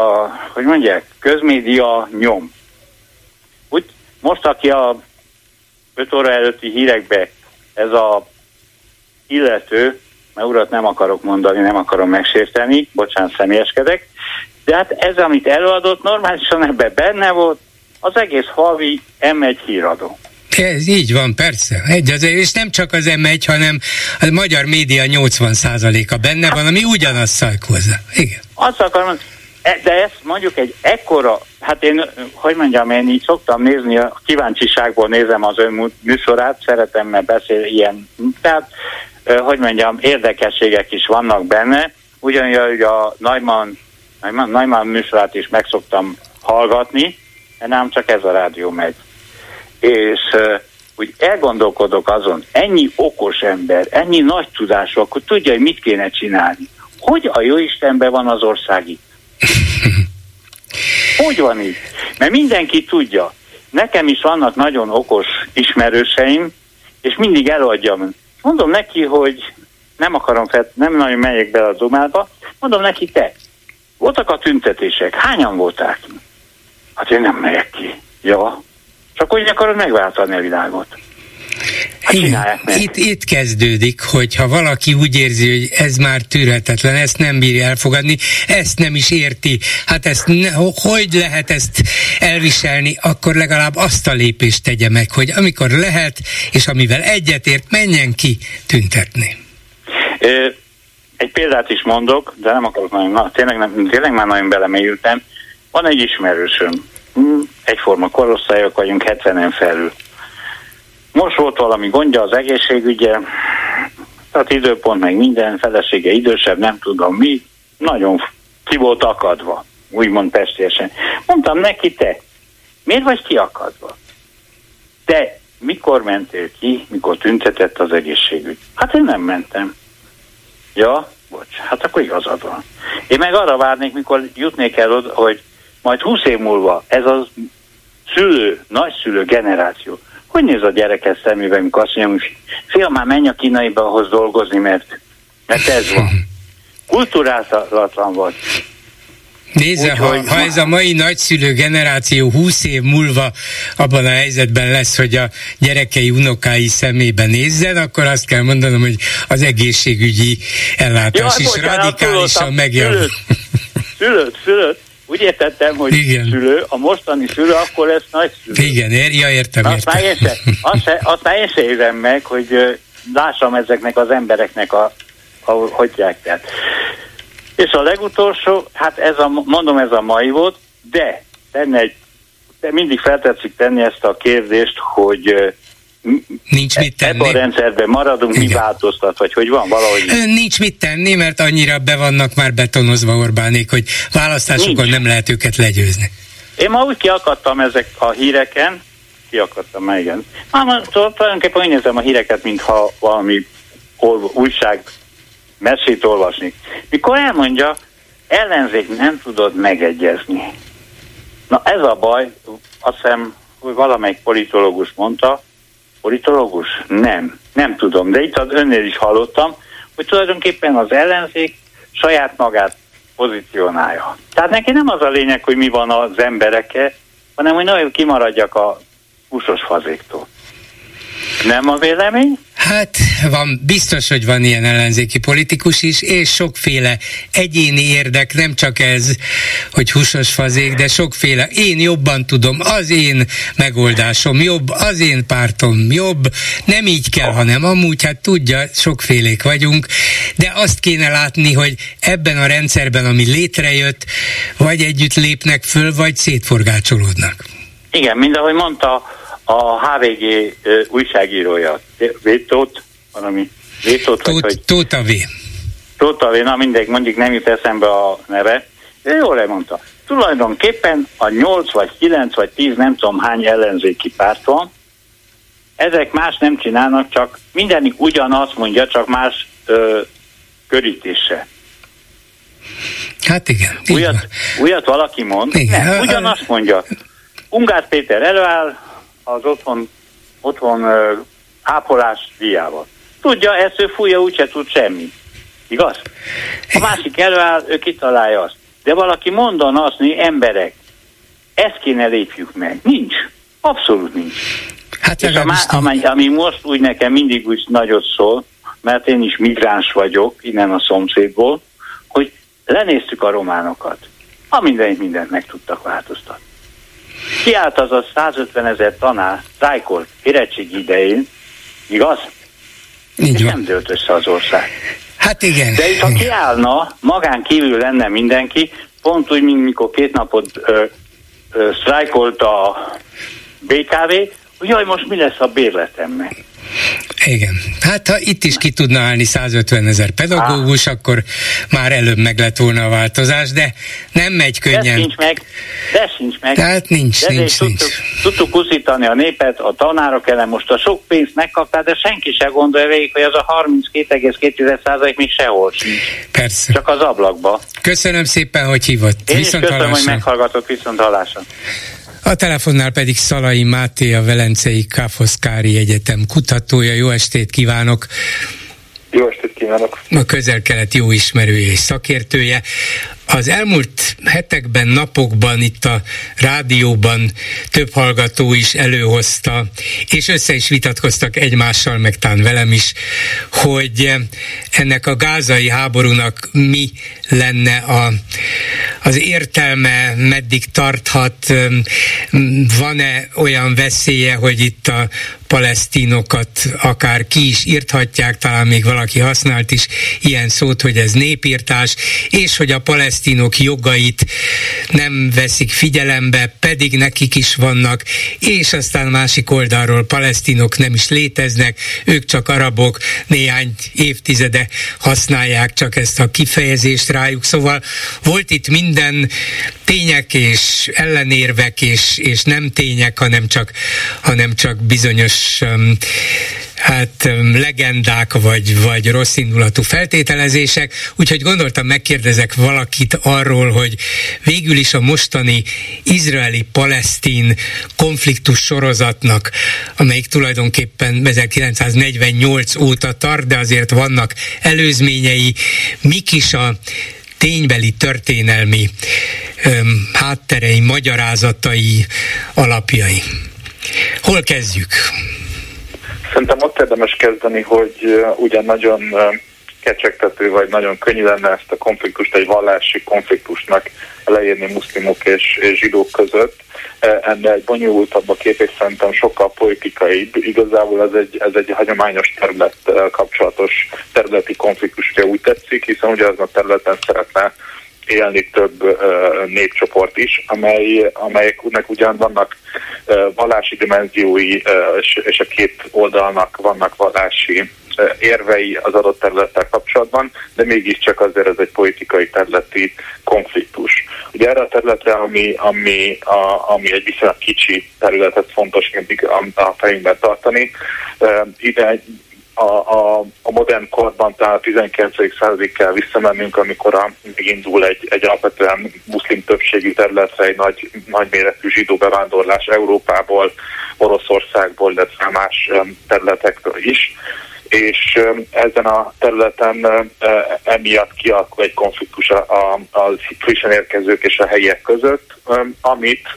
közmédia nyom. Úgy, most, aki a 5 óra előtti hírekbe ez a illető, mert urat nem akarok mondani, nem akarom megsérteni, bocsánat, személyeskedek, de hát ez, amit előadott, normálisan ebben benne volt, az egész havi M1 híradó.
Ez így van, persze. És nem csak az M1, hanem a magyar média 80%-a benne van, ami ugyanaz szajk hozzá. Igen.
Azt akarom, de ezt mondjuk egy ekkora, hát én így szoktam nézni, a kíváncsiságból nézem az ön műsorát, szeretem, mert beszél ilyen, tehát érdekességek is vannak benne, ugyanúgy a Neumann műsorát is meg szoktam hallgatni, mert nem csak ez a rádió megy. És úgy elgondolkodok azon, ennyi okos ember, ennyi nagy tudású, akkor tudja, hogy mit kéne csinálni. Hogy a jóistenben van az ország itt? Hogy van így? Mert mindenki tudja. Nekem is vannak nagyon okos ismerőseim, és mindig eladjam. Mondom neki, hogy nem nagyon megyek bele a domába, mondom neki, te, voltak a tüntetések, hányan volták? Hát én nem megyek ki. Ja, csak úgy akarod megváltani a világot.
Itt kezdődik, hogyha valaki úgy érzi, hogy ez már tűrhetetlen, ezt nem bírja elfogadni, ezt nem is érti, hát hogy lehet ezt elviselni, akkor legalább azt a lépést tegye meg, hogy amikor lehet, és amivel egyetért, menjen ki tüntetni.
Egy példát is mondok, de nem akarok nagyon, tényleg már nagyon belemélyültem. Van egy ismerősöm, egyforma korosztályok vagyunk, 70-en felül. Most volt valami gondja az egészségügye, tehát időpont meg minden, felesége idősebb, nem tudom mi, nagyon ki volt akadva, úgymond pestiesen. Mondtam neki, te, miért vagy kiakadva? Te mikor mentél ki, mikor tüntetett az egészségügy? Hát én nem mentem. Ja, bocs, hát akkor igazad van. Én meg arra várnék, mikor jutnék el oda, hogy majd 20 év múlva ez az nagyszülő generáció, hogy néz a gyerek szemébe, amikor azt mondja, hogy fiam, már menj a kínaiba ahhoz dolgozni, mert ez van. Kulturálatlan vagy.
Nézze, ha ez a mai nagyszülő generáció 20 év múlva abban a helyzetben lesz, hogy a gyerekei, unokái szemébe nézzen, akkor azt kell mondanom, hogy az egészségügyi ellátás is radikálisan megjavul.
Szülött. Úgy értettem, hogy igen. Szülő, a mostani szülő, akkor lesz nagyszülő.
Igen, értem.
Azt már én se érem meg, hogy lássam ezeknek az embereknek hogyják. És a legutolsó, hát ez a mai volt, de mindig feltetszik tenni ezt a kérdést, hogy
nincs mit tenni.
Ebben a rendszerben maradunk, igen. Mi változtat, vagy hogy van valahogy?
Nincs mit tenni, mert annyira be vannak már betonozva Orbánék, hogy választásokon nem lehet őket legyőzni.
Én ma úgy kiakadtam ezek a híreken, már igen. Tulajdonképpen úgy nézem a híreket, mintha valami újság messzét olvasni. Mikor elmondja, ellenzék nem tudod megegyezni. Na ez a baj, azt hiszem, hogy valamelyik politológus mondta, politológus? Nem tudom, de itt az önnél is hallottam, hogy tulajdonképpen az ellenzék saját magát pozícionálja. Tehát neki nem az a lényeg, hogy mi van az emberekkel, hanem hogy nagyon kimaradjak a húsos fazéktól. Nem a vélemény?
Hát biztos, hogy van ilyen ellenzéki politikus is, és sokféle egyéni érdek, nem csak ez, hogy húsos fazék, de sokféle, én jobban tudom, az én megoldásom jobb, az én pártom jobb, nem így kell, hanem amúgy, hát tudja, sokfélék vagyunk, de azt kéne látni, hogy ebben a rendszerben, ami létrejött, vagy együtt lépnek föl, vagy szétforgácsolódnak.
Igen, mind ahogy mondta a HVG újságírója, Tóta V, na mindegy, mondjuk nem jut eszembe a neve, ő jól elmondta. Tulajdonképpen a 8 vagy 9 vagy 10 nem tudom hány ellenzéki párt van, ezek más nem csinálnak, csak mindenik ugyanazt mondja, csak más körítése.
Hát igen.
Újat valaki mond? Igen. Nem, ugyanazt mondja. Ungár Péter előáll az otthon ápolás díjával. Tudja, ezt ő fújja, úgyse tud semmi. Igaz? A másik előáll, ő kitalálja azt. De valaki mondan azt, hogy emberek, ezt kéne lépjük meg. Nincs. Abszolút nincs. Hát és ami most úgy nekem mindig úgy nagyot szól, mert én is migráns vagyok, innen a szomszédból, hogy lenéztük a románokat. Mindent meg tudtak változtatni. Kiállt az a 150 000 tanár, sztrájkolt érettségi idején, igaz? És nem dőlt össze az ország.
Hát igen.
De itt, ha kiállna, magán kívül lenne mindenki, pont úgy, mint mikor 2 napot sztrájkolt a BKV, hogy jaj, most mi lesz a bérletemmel?
Igen. Hát ha itt is ki tudna állni 150 000 pedagógus, akkor már előbb meg lett volna a változás, de nem megy könnyen.
De sincs meg.
Tehát nincs.
Tudtuk uszítani a népet, a tanárok ellen most a sok pénzt megkapták, de senki se gondolja végig, hogy az a 32,2% még sehol sincs.
Persze.
Csak az ablakba.
Köszönöm szépen, hogy hívott.
Én is köszönöm, hogy meghallgatott, viszont hallásra.
A telefonnál pedig Szalai Máté, a Velencei Káposzkári Egyetem kutatója. Jó estét kívánok!
Jó estét kívánok!
A Közel-Kelet jó ismerője és szakértője. Az elmúlt hetekben, napokban itt a rádióban több hallgató is előhozta, és össze is vitatkoztak egymással, meg talán velem is, hogy ennek a gázai háborúnak mi lenne az értelme, meddig tarthat, van-e olyan veszélye, hogy itt a palesztinokat akár ki is írthatják, talán még valaki használt is ilyen szót, hogy ez népírtás, és hogy a palesztinok jogait nem veszik figyelembe, pedig nekik is vannak, és aztán másik oldalról palesztinok nem is léteznek, ők csak arabok, néhány évtizede használják csak ezt a kifejezést rájuk, szóval volt itt minden tények és ellenérvek és nem tények, hanem csak bizonyos legendák vagy rosszindulatú feltételezések, úgyhogy gondoltam, megkérdezek valakit arról, hogy végül is a mostani izraeli-palesztin konfliktus sorozatnak, amelyik tulajdonképpen 1948 óta tart, de azért vannak előzményei, mik is a ténybeli történelmi hátterei, magyarázatai, alapjai. Hol kezdjük?
Szerintem ott érdemes kezdeni, hogy ugyan nagyon kecsegtető, vagy nagyon könnyű lenne ezt a konfliktust egy vallási konfliktusnak leírni muszlimok és zsidók között. Ennél egy bonyolultabb a kép, és szerintem sokkal politikaibb. Igazából ez egy hagyományos területtel kapcsolatos területi konfliktus, ugye úgy tetszik, hiszen ugye azon a területen szeretne élni több népcsoport is, amelyeknek ugyan vannak vallási dimenziói, és a két oldalnak vannak vallási érvei az adott területtel kapcsolatban, de mégiscsak azért ez egy politikai területi konfliktus. Ugye erre a területre, ami egy viszonylag kicsi területet fontos mindig a fejünkben tartani, ide a modern korban, tehát a 19. századig kell visszamennünk, amikor megindul egy alapvetően muszlim többségű területre egy nagyméretű zsidó bevándorlás Európából, Oroszországból, illetve más területekről is. És ezen a területen emiatt kialakul egy konfliktus a frissen érkezők és a helyiek között, amit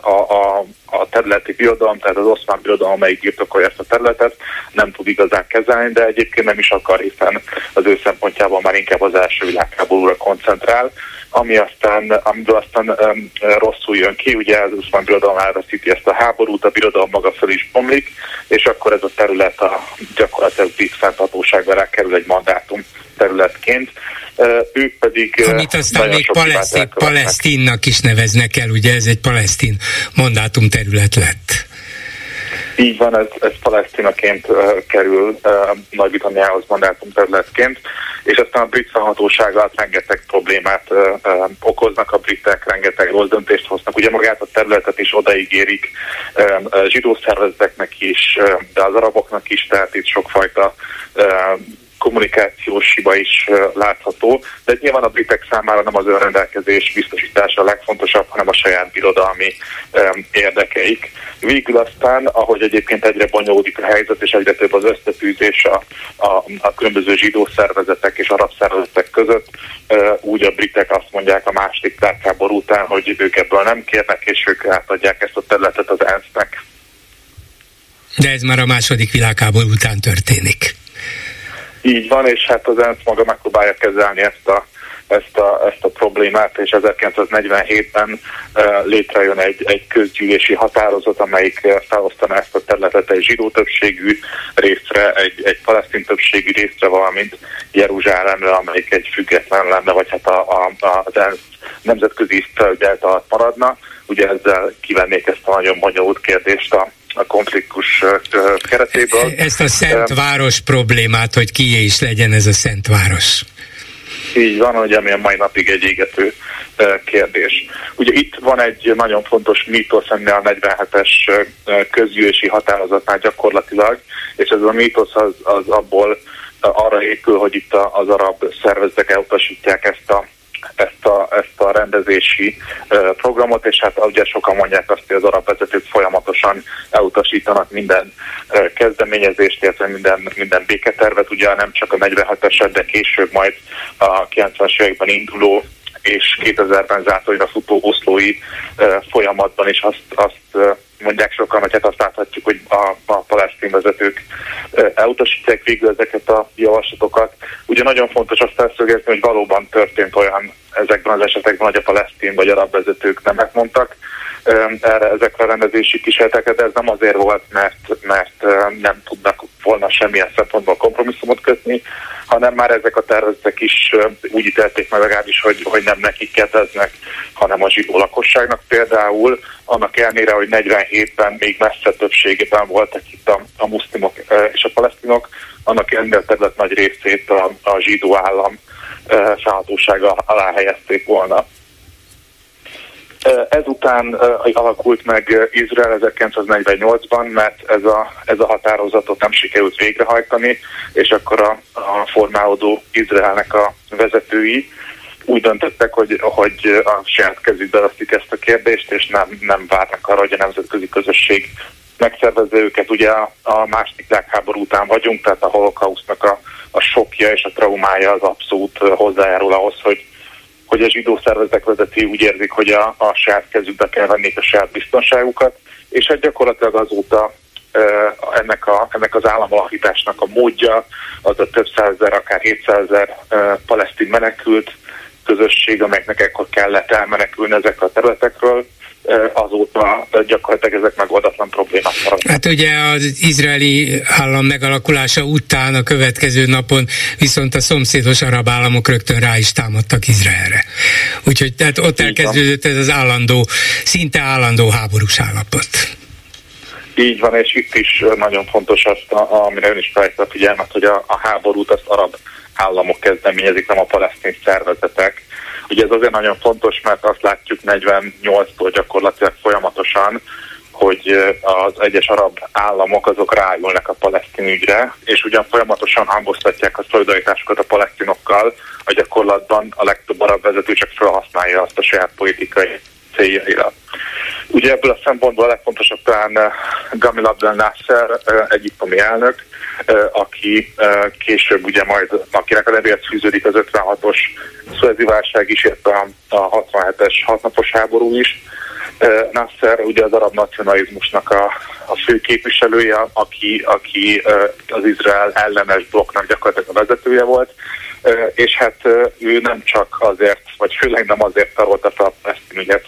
a területi birodalom, tehát az oszmán birodalom, amelyik birtokolja ezt a területet, nem tud igazán kezelni, de egyébként nem is akar, hiszen az ő szempontjában már inkább az első világháborúra koncentrál, amiből aztán rosszul jön ki, ugye az oszmán birodalom elveszíti ezt a háborút, a birodalom maga fel is bomlik, és akkor ez a terület gyakorlatilag brit fenntartóságra rákerül egy mandátum területként. Ők pedig...
Amit aztán még Palesztinnak is neveznek el, ugye ez egy palesztin mandátum terület lett.
Így van, ez palesztinaként kerül Nagy-Britanniához mandátum területként, és aztán a brit fennhatósággal rengeteg problémát okoznak a britek, rengeteg rossz döntést hoznak. Ugye magát a területet is odaígérik zsidó szervezeteknek is, de az araboknak is, tehát itt sokfajta kommunikációs hiba is látható, de nyilván a britek számára nem az önrendelkezés biztosítása a legfontosabb, hanem a saját birodalmi érdekeik. Végül aztán, ahogy egyébként egyre bonyolódik a helyzet, és egyre több az összetűzés a különböző zsidó szervezetek és arab szervezetek között, úgy a britek azt mondják a második világháború után, hogy ők ebből nem kérnek, és ők átadják ezt a területet az ENSZ-nek.
De ez már a második világháború után történik.
Így van, és hát az ENSZ maga megpróbálja kezelni ezt a problémát, és 1947-ben létrejön egy közgyűlési határozat, amelyik felosztaná ezt a területet egy zsidó többségű részre, egy palesztin többségű részre, valamint Jeruzsálemre, amelyik egy független lenne, vagy hát az ENSZ nemzetközi felügyelet alatt maradna. Ugye ezzel kivennék ezt a nagyon bonyolult kérdést a konfliktus keretéből.
Ezt a Szent Város problémát, hogy kié is legyen ez a Szent Város.
Így van, ugye, ami a mai napig egy égető kérdés. Ugye itt van egy nagyon fontos mítosz ennél a 47-es közgyűlési határozatnál gyakorlatilag, és ez a mítosz az abból arra épül, hogy itt az arab szervezetek elutasítják ezt
a rendezési programot, és hát ugye sokan mondják azt, hogy az arab vezetők folyamatosan elutasítanak minden kezdeményezést, illetve minden béketervet, ugye nem csak a 47-eset, de később majd a 90-es években induló és 2000-ben zátonyra futó oszlói folyamatban is azt mondják sokan, hogy hát azt láthatjuk, hogy a palesztin vezetők elutasítják végül ezeket a javaslatokat. Ugye nagyon fontos azt felszögezni, hogy valóban történt olyan ezekben az esetekben, hogy a palesztin vagy arab vezetők nemet mondtak ezekre a rendezési kísérleteket, de ez nem azért volt, mert nem tudnak volna semmilyen szempontból kompromisszumot kötni, hanem már ezek a tervezetek is úgy ítélték meg legalábbis, hogy nem nekik kedveznek, hanem a zsidó lakosságnak például, annak ellenére, hogy 47-ben még messze többségében voltak itt a muszlimok és a palesztinok, annak ellenére a terület nagy részét a zsidó állam felhatósága alá helyezték volna. Ezután alakult meg Izrael 1948-ban, mert ez a határozatot nem sikerült végrehajtani, és akkor a formálódó Izraelnek a vezetői úgy döntöttek, hogy a saját kezükbe veszik ezt a kérdést, és nem várnak arra, hogy a nemzetközi közösség megszervezze őket. Ugye a második világháború után vagyunk, tehát a holokausztnak a sokja és a traumája az abszolút hozzájárul ahhoz, hogy a zsidó szervezetek vezetői úgy érzik, hogy a saját kezükbe kell vennék a saját biztonságukat, és hát gyakorlatilag azóta ennek az államalapításnak a módja, az a több százezer, akár 700 000 palesztin menekült közösség, amelyeknek ekkor kellett elmenekülni ezekről a területekről, azóta gyakorlatilag ezek megoldatlan problémák maradnak.
Hát ugye az izraeli állam megalakulása után a következő napon viszont a szomszédos arab államok rögtön rá is támadtak Izraelre. Úgyhogy tehát ott elkezdődött ez az szinte állandó háborús állapot.
Így van, és itt is nagyon fontos azt, amire ön is felhívta a figyelmet, hogy a háborút az arab államok kezdeményezik, nem a palesztin szervezetek. Ugye ez azért nagyon fontos, mert azt látjuk 48-tól gyakorlatilag folyamatosan, hogy az egyes arab államok azok rájulnak a palesztin ügyre, és ugyan folyamatosan hangoztatják a szolidaritásukat a palesztinokkal, a gyakorlatban a legtöbb arab vezető csak felhasználja azt a saját politikai céljaira. Ugye ebből a szempontból a legfontosabb talán Gamal Abdel Nasser, egyiptomi elnök, aki később ugye majd, akinek a nevéhez fűződik az 56-os szuezi válság is, illetve a 67-es 6 napos háború is. Nasser ugye az arab nacionalizmusnak a fő képviselője, aki az Izrael ellenes blokknak gyakorlatilag a vezetője volt, és hát ő nem csak azért, vagy főleg nem azért tarolta fel a palesztin ügyet,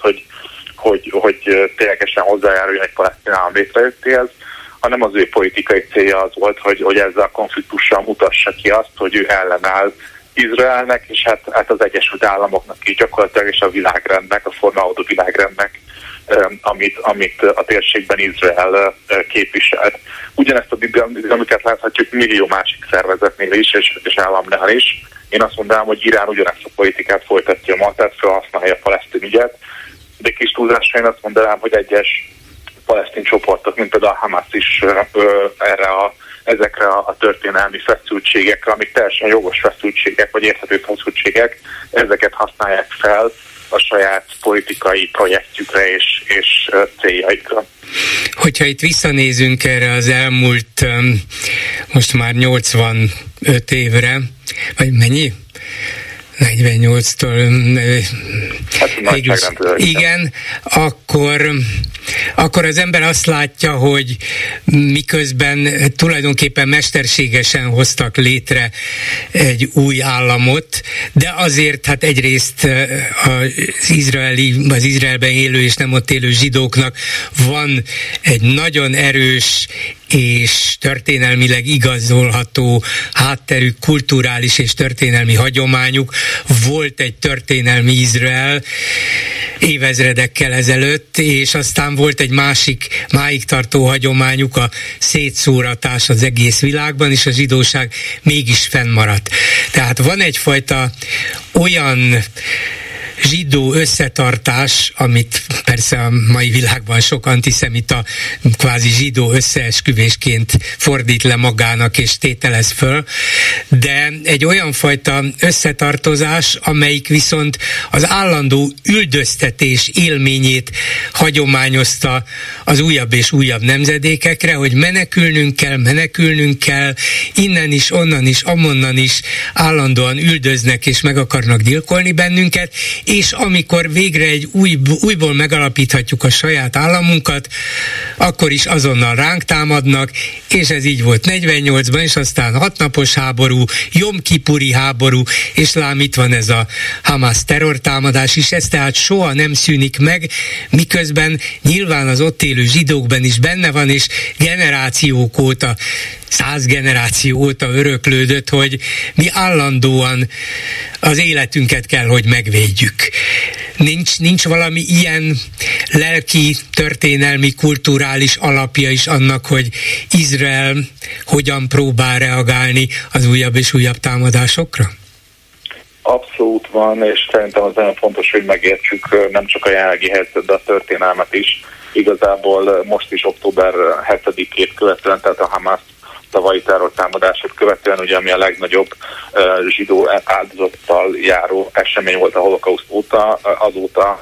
hogy ténylegesen hozzájáruljon egy palesztin állam létrejöttéhez, hanem az ő politikai célja az volt, hogy ezzel a konfliktussal mutassa ki azt, hogy ő ellenáll Izraelnek, és hát az Egyesült Államoknak is gyakorlatilag, és a világrendnek, a formálódó világrendnek, amit a térségben Izrael képviselt. Ugyanezt a dinamikát láthatjuk millió másik szervezetnél is, és államnál is. Én azt mondanám, hogy Irán ugyanezt a politikát folytatja ma, tehát felhasználja a palesztin ügyet, de kis túlzásra én azt mondanám, hogy egyes palesztin csoportok, mint például a Hamas is ezekre a történelmi feszültségekre, amik teljesen jogos feszültségek, vagy érthető feszültségek, ezeket használják fel a saját politikai projektjükre és céljaikra.
Hogyha itt visszanézünk erre az elmúlt most már 85 évre, vagy mennyi? 48-tól igen, akkor az ember azt látja, hogy miközben tulajdonképpen mesterségesen hoztak létre egy új államot, de azért hát egyrészt az Izraelben élő és nem ott élő zsidóknak van egy nagyon erős és történelmileg igazolható hátterük, kulturális és történelmi hagyományuk. Volt egy történelmi Izrael évezredekkel ezelőtt, és aztán volt egy másik, máig tartó hagyományuk, a szétszóratás az egész világban, és a zsidóság mégis fennmaradt. Tehát van egyfajta olyan zsidó összetartás, amit persze a mai világban sok antiszemita kvázi zsidó összeesküvésként fordít le magának és tételez föl, de egy olyan fajta összetartozás, amelyik viszont az állandó üldöztetés élményét hagyományozta az újabb és újabb nemzedékekre, hogy menekülnünk kell, innen is, onnan is, amonnan is állandóan üldöznek és meg akarnak gyilkolni bennünket, és amikor végre egy újból megalapíthatjuk a saját államunkat, akkor is azonnal ránk támadnak, és ez így volt 48-ban, és aztán 6 napos háború, Jom Kipuri háború, és lám itt van ez a Hamas terrortámadás is, ez tehát soha nem szűnik meg, miközben nyilván az ott élő zsidókban is benne van, és generációk óta, 100 generáció óta öröklődött, hogy mi állandóan az életünket kell, hogy megvédjük. Nincs valami ilyen lelki, történelmi, kulturális alapja is annak, hogy Izrael hogyan próbál reagálni az újabb és újabb támadásokra?
Abszolút van, és szerintem az nagyon fontos, hogy megértsük nem csak a jelenlegi helyzetet, de a történelmet is. Igazából most is október 7-ét követően, tehát a Hamas tavalyi terrortámadását követően, ugye, ami a legnagyobb zsidó áldozattal járó esemény volt a holokauszt óta, azóta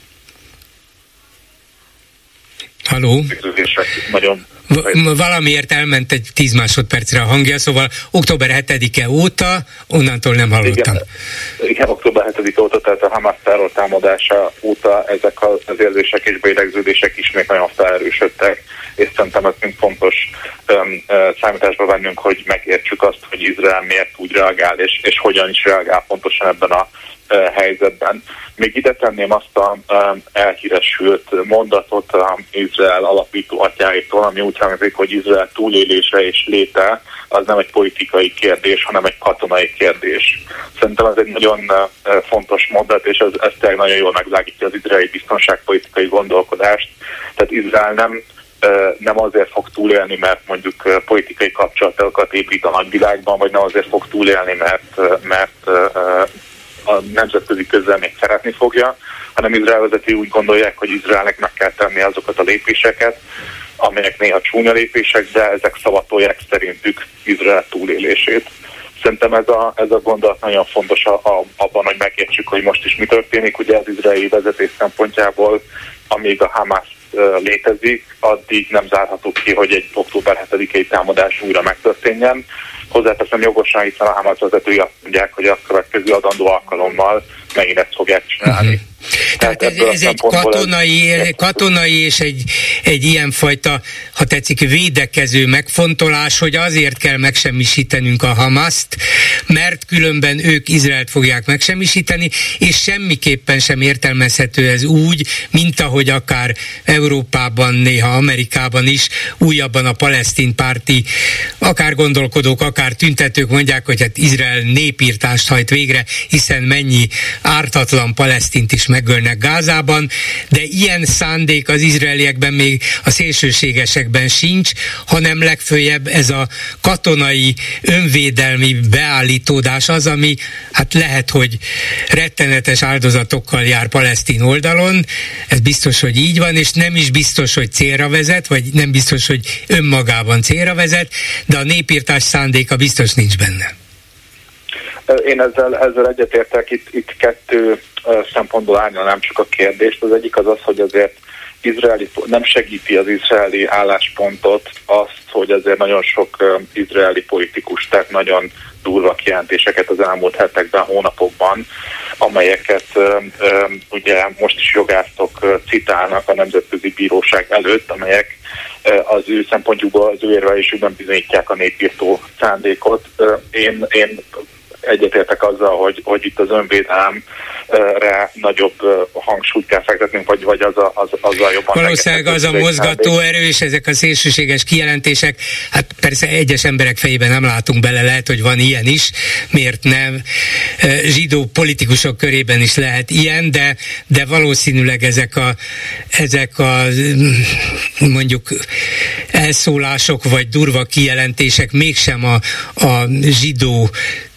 Halló?
Nagyon
valamiért elment egy 10 másodpercre a hangja, szóval október 7-e óta, onnantól nem hallottam.
Igen, október 7-e óta, tehát a Hamas terrortámadása óta ezek az érzések és beidegződések ismét nagyon felerősödtek, és szerintem ez mind fontos számításba vennünk, hogy megértsük azt, hogy Izrael miért úgy reagál, és hogyan is reagál pontosan ebben a helyzetben. Még ide tenném azt a elhíresült mondatot Izrael alapító atyáitól, ami úgy hangzik, hogy Izrael túlélése és léte az nem egy politikai kérdés, hanem egy katonai kérdés. Szerintem ez egy nagyon fontos mondat, és ez tényleg nagyon jól megvilágítja az izraeli biztonságpolitikai gondolkodást. Tehát Izrael nem azért fog túlélni, mert mondjuk politikai kapcsolatokat épít a nagyvilágban, vagy nem azért fog túlélni, mert a nemzetközi közvélemény szeretni fogja, hanem Izrael vezetői úgy gondolják, hogy Izraelnek meg kell tenni azokat a lépéseket, amelyek néha csúnya lépések, de ezek szavatolják szerintük Izrael túlélését. Szerintem ez a gondolat nagyon fontos abban, hogy megértsük, hogy most is mi történik. Ugye az izraeli vezetés szempontjából, amíg a Hamas létezik, addig nem zárható ki, hogy egy október 7-i támadás újra megtörténjen. Hozzáteszem jogosan, hiszen a Hamas vezetői azt mondják, hogy a következő adandó alkalommal megint ezt fogják csinálni.
Tehát ez egy katonai és egy ilyenfajta, ha tetszik, védekező megfontolás, hogy azért kell megsemmisítenünk a Hamaszt, mert különben ők Izraelt fogják megsemmisíteni, és semmiképpen sem értelmezhető ez úgy, mint ahogy akár Európában, néha Amerikában is újabban a palesztin párti, akár gondolkodók, akár tüntetők mondják, hogy hát Izrael népírtást hajt végre, hiszen mennyi ártatlan palesztint is megölnek Gázában, de ilyen szándék az izraeliekben még a szélsőségesekben sincs, hanem legföljebb ez a katonai önvédelmi beállítódás az, ami hát lehet, hogy rettenetes áldozatokkal jár palesztin oldalon, ez biztos, hogy így van, és nem is biztos, hogy célra vezet, vagy nem biztos, hogy önmagában célra vezet, de a népírtás szándéka biztos nincs benne.
Én ezzel egyetértek, itt kettő szempontból árnyalnám csak a kérdést. Az egyik az, hogy azért nem segíti az izraeli álláspontot azt, hogy azért nagyon sok izraeli politikus tett nagyon durva kijelentéseket az elmúlt hetekben, hónapokban, amelyeket ugye most is jogászok citálnak a Nemzetközi Bíróság előtt, amelyek az ő szempontjukból, az ő érvelésükben bizonyítják a népírtó szándékot. Én egyetértek azzal, hogy itt az önvédelemre nagyobb hangsúlyt kell fektetnünk, vagy azzal jobban...
Valószínűleg az a mozgató erő, és ezek a szélsőséges kijelentések, hát persze egyes emberek fejében nem látunk bele, lehet, hogy van ilyen is, miért nem? Zsidó politikusok körében is lehet ilyen, de valószínűleg ezek a mondjuk elszólások, vagy durva kijelentések mégsem a zsidó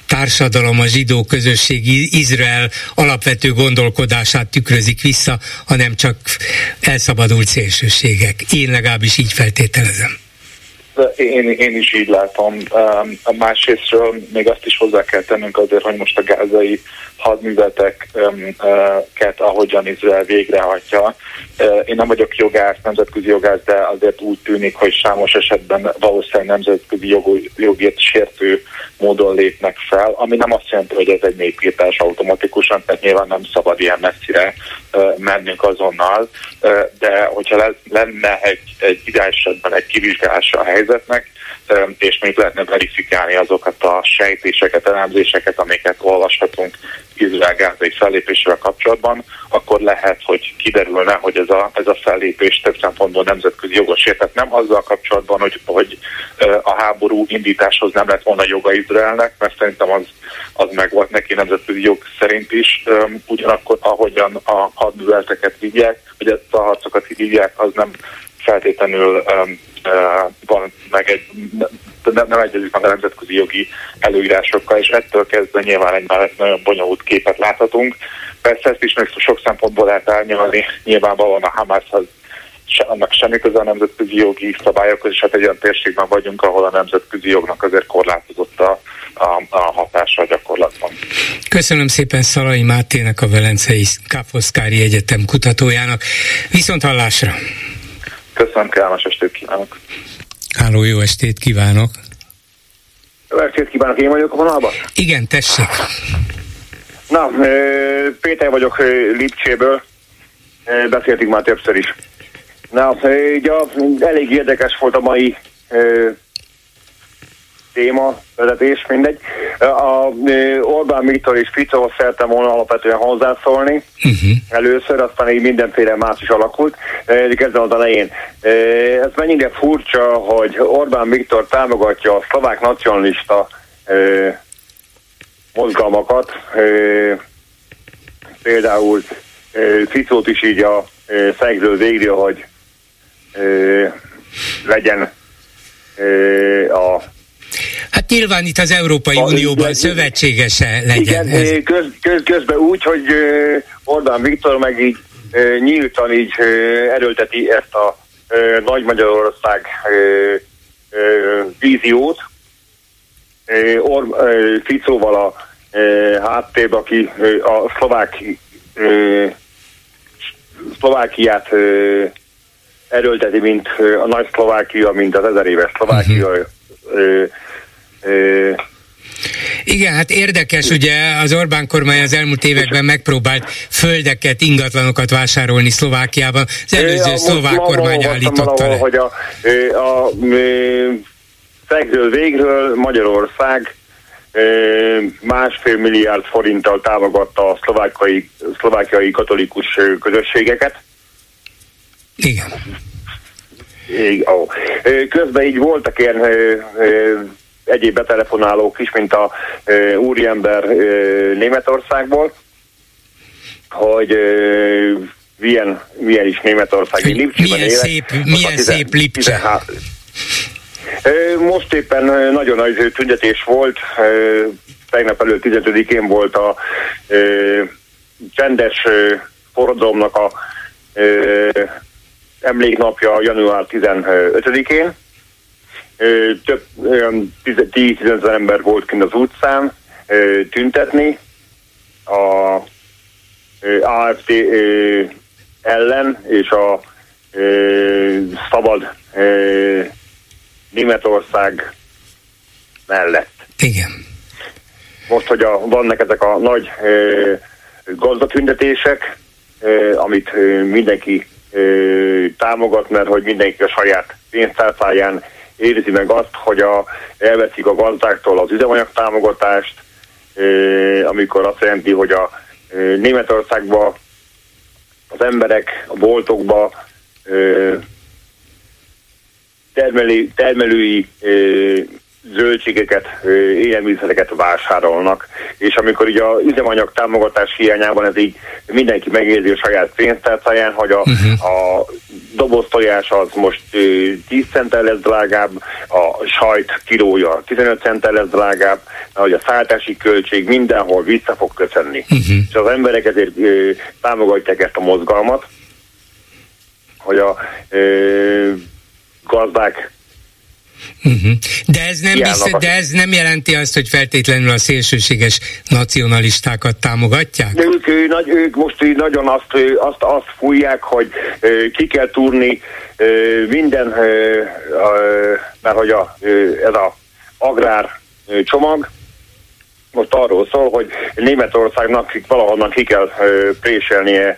társadalom, a zsidó közösség, Izrael alapvető gondolkodását tükrözik vissza, hanem csak elszabadult szélsőségek. Én legalábbis így feltételezem.
Én is így látom. A másrésztről még azt is hozzá kell tennünk azért, hogy most a gázai hadműveleteket, ahogyan Izrael végrehajtja. Én nem vagyok jogász, nemzetközi jogász, de azért úgy tűnik, hogy számos esetben valószínűleg nemzetközi jogért sértő módon lépnek fel, ami nem azt jelenti, hogy ez egy népírtás automatikusan, tehát nyilván nem szabad ilyen messzire mennünk azonnal, de hogyha lenne egy ideálisetben egy kivizsgálása a helyzetnek, és még lehetne verifikálni azokat a sejtéseket, elemzéseket, amiket olvashatunk Izrael-gázai fellépésével kapcsolatban, akkor lehet, hogy kiderülne, hogy ez a fellépés több szempontból nemzetközi jogos ért. Tehát nem azzal kapcsolatban, hogy a háború indításhoz nem lett volna joga Izraelnek, mert szerintem az meg volt neki nemzetközi jog szerint is. Ugyanakkor, ahogyan a hadműveleteket vigyek, vagy ezt a harcokat vigyek, az nem feltétlenül van meg nem egyezik meg a nemzetközi jogi előírásokkal, és ettől kezdve nyilván egy nagyon bonyolult képet láthatunk. Persze ezt is még sok szempontból lehet árnyalni, nyilvánvalóan a Hamászhoz annak semmi köze a nemzetközi jogi szabályokhoz, és hát egy olyan térségben vagyunk, ahol a nemzetközi jognak azért korlátozott a hatása a gyakorlatban.
Köszönöm szépen Szalai Mátének, a Velencei Káposzkári Egyetem kutatójának. Viszont hallásra!
Köszönöm, kellemes estét kívánok!
Háló, jó estét kívánok!
Jó estét kívánok, én vagyok a vonalban?
Igen, tessék!
Na, Péter vagyok Lipcséből, beszéltünk már többször is. Na, ugye elég érdekes volt a mai téma, vezetés, mindegy. Orbán Viktor és Fico szerettem volna alapvetően hozzászólni. Először, aztán így mindenféle más is alakult. Kezdem az elején. Ez mennyire furcsa, hogy Orbán Viktor támogatja a szlovák nacionalista mozgalmakat. Például Ficót is így a szegről végre, hogy legyen a...
Hát nyilván itt az Európai Unióban szövetségese legyen.
Igen, közben úgy, hogy Orbán Viktor meg így nyíltan így erőlteti ezt a Nagy Magyarország víziót. Ficóval a háttérben, aki a Szlovákiát erőlteti, mint a nagy Szlovákia, mint az 1000 éves Szlovákia.
Igen, hát érdekes, ugye az Orbán kormány az elmúlt években megpróbált földeket, ingatlanokat vásárolni Szlovákiában. Az előző szlovák kormány állította le.
Hogy a szegről végről Magyarország 1,5 milliárd forinttal támogatta a szlovákiai katolikus közösségeket.
Igen.
Közben így voltak ilyen egyéb betelefonálók is, mint a úriember Németországból, hogy milyen is Németország.
Milyen szép Lipcse.
Most éppen nagyon nagy tüntetés volt, tegnap előtt 15-én volt a csendes forradalomnak a emléknapja január 15-én. Több 10-15 ember volt kint az utcán tüntetni a AfD ellen és a szabad Németország mellett.
Igen.
Most, hogy vannak ezek a nagy gazdatüntetések, amit mindenki támogat, mert hogy mindenki a saját pénztárcáján érzi meg azt, hogy elveszik a gazdáktól az üzemanyag támogatást, amikor azt jelenti, hogy a Németországban az emberek a boltokba termelői zöldségeket, élelmiszereket vásárolnak, és amikor így az üzemanyag támogatás hiányában ez így mindenki megérzi a saját pénztárcáján, hogy a doboz tojás az most 10 centtel lesz drágább, a sajt kilója 15 centtel lesz drágább, hogy a szállítási költség mindenhol vissza fog köszönni. És az emberek ezért támogatják ezt a mozgalmat, hogy a gazdák
De ez nem jelenti azt, hogy feltétlenül a szélsőséges nacionalistákat támogatják?
Ők most nagyon azt fújják, hogy ki kell túrni minden, mert hogy ez az agrár csomag most arról szól, hogy Németországnak valahonnan ki kell préselnie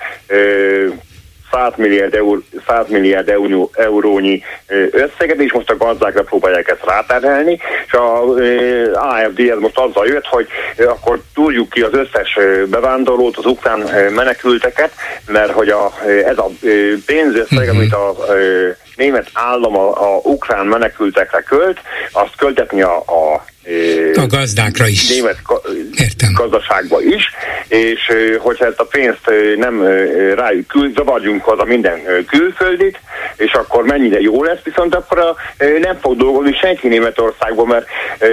100 milliárd eurónyi összeget, és most a gazdákra próbálják ezt ráterhelni, és az AfD most azzal jött, hogy akkor túrjuk ki az összes bevándorlót, az ukrán menekülteket, mert hogy ez a pénzösszeg, amit a német állam a ukrán menekültekre költ, azt költetni a
gazdákra is.
Német gazdaságba is, és hogyha ezt a pénzt nem rájuk zavarjunk haza minden külföldit, és akkor mennyire jó lesz, viszont akkor nem fog dolgozni senki Németországban, mert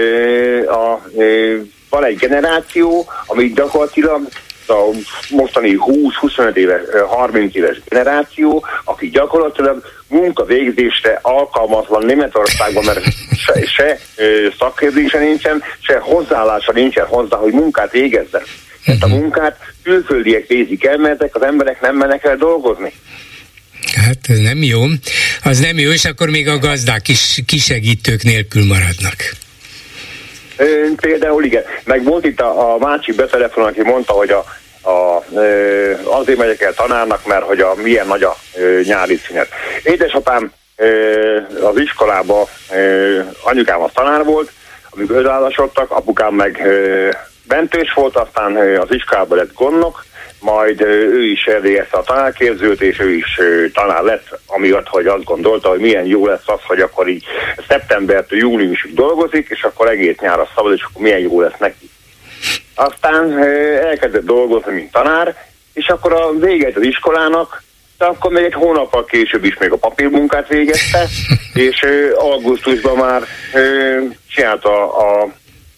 van egy generáció, ami gyakorlatilag a mostani 20-25 éves, 30 éves generáció, aki gyakorlatilag munkavégzésre alkalmatlan Németországban, mert se szakképzése nincsen, se hozzáállása nincsen hozzá, hogy munkát végezzen. Ezt a munkát külföldiek végzik el, mert ezek az emberek nem mennek el dolgozni.
Hát ez nem jó. Az nem jó, és akkor még a gazdák is kisegítők nélkül maradnak.
Például igen. Meg volt itt a másik betelefon, aki mondta, hogy azért megyek el tanárnak, mert hogy milyen nagy a nyári szünet. Édesapám az iskolában, anyukám az tanár volt, amikor özállasodtak, apukám meg bentős volt, aztán az iskolában lett gondnok, majd ő is elvégezte a tanárképzőt, és ő is tanár lett, amiatt, hogy azt gondolta, hogy milyen jó lesz az, hogy akkor így szeptembertől júniusig dolgozik, és akkor egész nyár a szabad, és akkor milyen jó lesz neki. Aztán elkezdett dolgozni, mint tanár, és akkor a véget az iskolának, de akkor még egy hónappal később is még a papírmunkát végezte, és augusztusban már csinálta a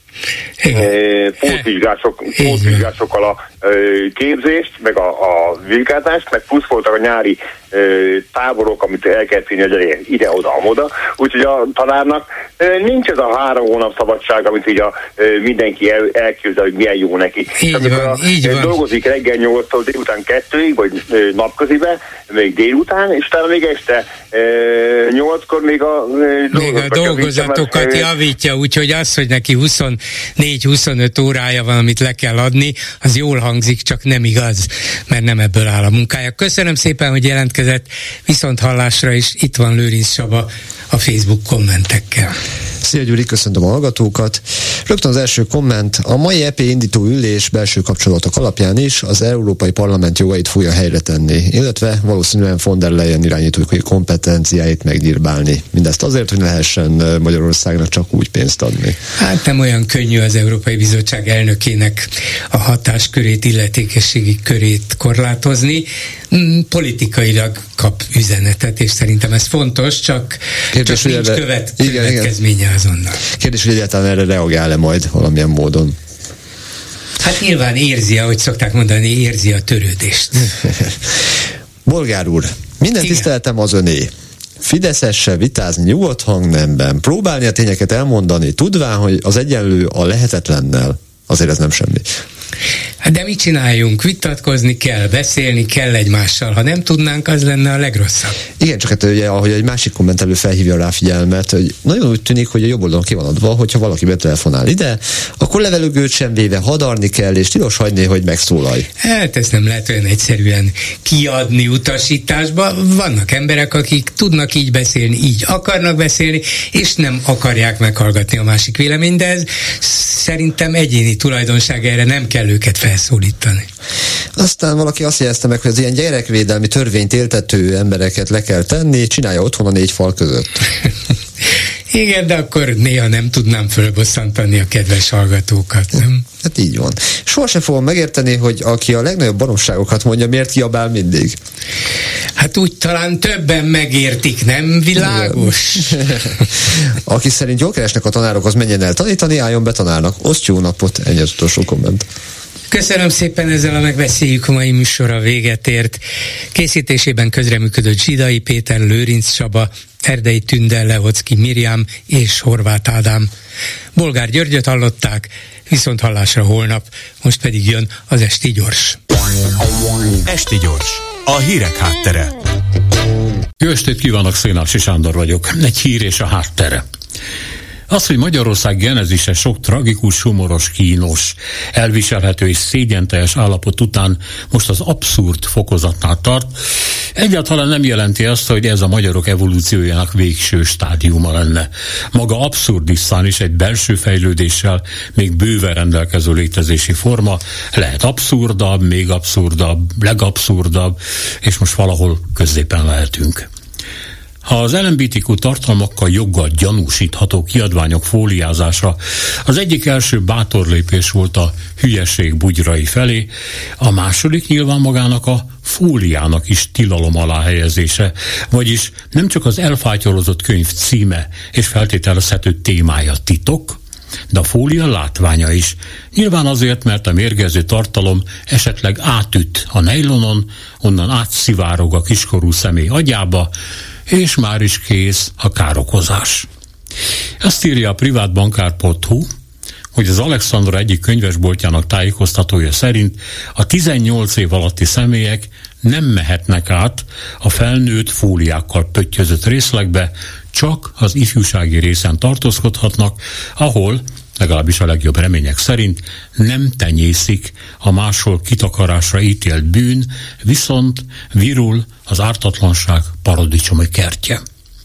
pótvizsgásokkal a képzést, meg a vizsgázást, meg plusz voltak a nyári táborok, amit el kell finni ide-oda-amoda. Úgyhogy a tanárnak nincs ez a 3 hónap szabadság, amit így mindenki elképzel, hogy milyen jó neki.
Így van.
Dolgozik reggel 8-tól délután 2-ig, vagy napközibe, még délután, és talán még este 8-kor még a
dolgozatokat javítja, úgyhogy az, hogy neki 24-25 órája van, amit le kell adni, az jól hangzik, csak nem igaz, mert nem ebből áll a munkája. Köszönöm szépen, hogy jelentkezett, viszont hallásra is. Itt van Lőrinc Csaba a Facebook kommentekkel.
Szia Gyuri, köszöntöm a hallgatókat. Rögtön az első komment. A mai EP indító ülés belső kapcsolatok alapján is az Európai Parlament jogait fogja helyre tenni, illetve valószínűleg von der Leyen irányítói kompetenciáit megnyírbálni. Mindezt azért, hogy lehessen Magyarországnak csak úgy pénzt adni.
Hát nem olyan könnyű az Európai Bizottság elnökének a hatáskörét, illetékességi körét korlátozni. Politikailag kap üzenetet, és szerintem ez fontos, csak nincs következménye azonnal.
Kérdés, hogy egyáltalán erre reagál-e majd valamilyen módon?
Hát nyilván érzi, ahogy szokták mondani, érzi a törődést.
Bolgár úr, minden tiszteletem az öné. Fideszessel vitázni nyugodt hangnemben, próbálni a tényeket elmondani, tudván, hogy az egyenlő a lehetetlennel, azért ez nem semmi.
De mit csináljunk? Vitatkozni kell, beszélni kell egymással. Ha nem tudnánk, az lenne a legrosszabb.
Igen, csak hát ugye, ahogy egy másik kommentelő felhívja rá figyelmet, hogy nagyon úgy tűnik, hogy a jobb oldalon ki van adva, hogyha valaki betelefonál ide, akkor levelőgőt sem véve hadarni kell, és tilos hagyni, hogy megszólalj.
Hát ezt nem lehet olyan egyszerűen kiadni utasításba. Vannak emberek, akik tudnak így beszélni, így akarnak beszélni, és nem akarják meghallgatni a másik véleményt, de ez szerintem egyéni tulajdonság, erre nem kell őket felszólítani.
Aztán valaki azt jelezte meg, hogy az ilyen gyerekvédelmi törvényt éltető embereket le kell tenni, csinálja otthon a 4 fal között.
Igen, de akkor néha nem tudnám fölbosszantani a kedves hallgatókat, nem?
Hát így van. Sohasem fogom megérteni, hogy aki a legnagyobb baromságokat mondja, miért kiabál mindig?
Hát úgy talán többen megértik, nem világos?
Aki szerint jól keresnek a tanárok, az menjen el tanítani, álljon be tanárnak. Oszt jó napot, ennyi az utolsó komment.
Köszönöm szépen, ezzel a megbeszéljük a mai műsorra véget ért. Készítésében közreműködött Zsidai Péter, Lőrinc Csaba, Erdei Tünde, Lehocki Miriam és Horváth Ádám. Bolgár Györgyöt hallották, viszont hallásra holnap, most pedig jön az Esti Gyors.
Esti Gyors, a hírek háttere.
Jó estét kívánok, Szénási Sándor vagyok. Egy hír és a háttere. Az, hogy Magyarország genezise sok tragikus, humoros, kínos, elviselhető és szégyenteljes állapot után most az abszurd fokozatnál tart, egyáltalán nem jelenti azt, hogy ez a magyarok evolúciójának végső stádiuma lenne. Maga abszurdisztán is egy belső fejlődéssel még bőven rendelkező létezési forma, lehet abszurdabb, még abszurdabb, legabszurdabb, és most valahol középen lehetünk. Ha az LMBTQ tartalmakkal joggal gyanúsítható kiadványok fóliázása az egyik első bátor lépés volt a hülyeség bugyrai felé, a második nyilván magának a fóliának is tilalom alá helyezése, vagyis nem csak az elfátyolozott könyv címe és feltételezhető témája titok, de a fólia látványa is. Nyilván azért, mert a mérgező tartalom esetleg átüt a nejlonon, onnan átszivárog a kiskorú személy agyába, és már is kész a károkozás. Azt írja a privátbankár.hu, hogy az Alexandra egyik könyvesboltjának tájékoztatója szerint a 18 év alatti személyek nem mehetnek át a felnőtt fóliákkal pöttyözött részlegbe, csak az ifjúsági részen tartózkodhatnak, ahol, legalábbis a legjobb remények szerint, nem tenyészik a máshol kitakarásra ítélt bűn, viszont virul az ártatlanság paradicsomi kertje.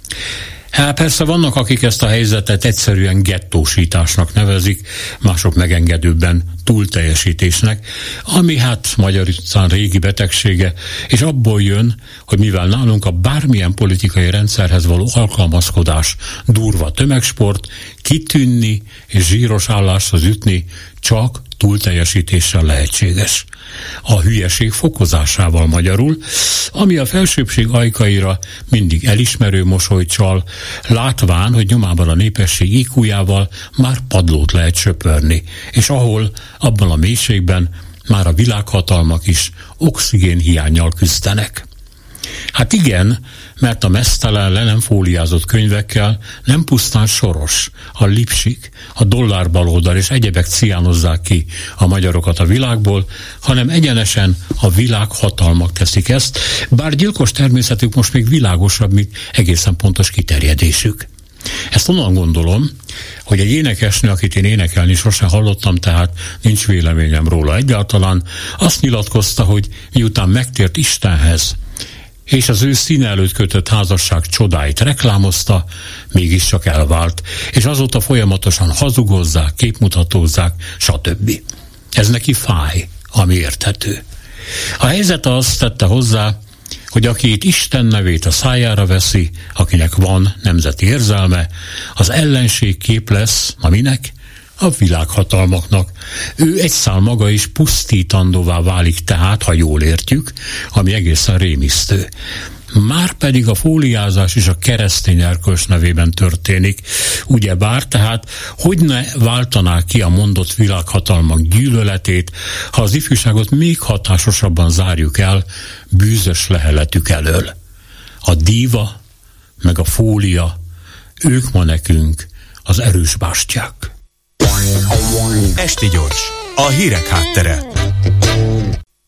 Hát persze vannak, akik ezt a helyzetet egyszerűen gettósításnak nevezik, mások megengedőbben túlteljesítésnek, ami hát Magyarország régi betegsége, és abból jön, hogy mivel nálunk a bármilyen politikai rendszerhez való alkalmazkodás durva tömegsport, kitűnni és zsíros álláshoz jutni csak túlteljesítéssel lehetséges. A hülyeség fokozásával magyarul, ami a felsőbbség ajkaira mindig elismerő mosolyt csal, látván, hogy nyomában a népesség IQ-jával már padlót lehet söpörni, és ahol, abban a mélységben már a világhatalmak is oxigén hiánnyal küzdenek. Hát igen, mert a meztelen, le nem fóliázott könyvekkel nem pusztán Soros, a Lipsik, a dollárbaloldal és egyebek ciánozzák ki a magyarokat a világból, hanem egyenesen a világhatalmak teszik ezt, bár gyilkos természetük most még világosabb, mint egészen pontos kiterjedésük. Ezt onnan gondolom, hogy egy énekesnő, akit én énekelni sosem hallottam, tehát nincs véleményem róla egyáltalán, azt nyilatkozta, hogy miután megtért Istenhez, és az ő színe előtt kötött házasság csodáit reklámozta, mégiscsak elvált, és azóta folyamatosan hazugozzák, képmutatózzák, stb. Ez neki fáj, ami érthető. A helyzet azt tette hozzá, hogy aki itt Isten nevét a szájára veszi, akinek van nemzeti érzelme, az ellenség kép lesz, aminek? A világhatalmaknak. Ő egy szál maga is pusztítandóvá válik tehát, ha jól értjük, ami egészen rémisztő. Márpedig a fóliázás is a keresztény erkölcs nevében történik, ugyebár, tehát hogy ne váltaná ki a mondott világhatalmak gyűlöletét, ha az ifjúságot még hatásosabban zárjuk el bűzös leheletük elől. A díva, meg a fólia, ők ma nekünk az erős bástyák.
Esti Gyors, a hírek háttere.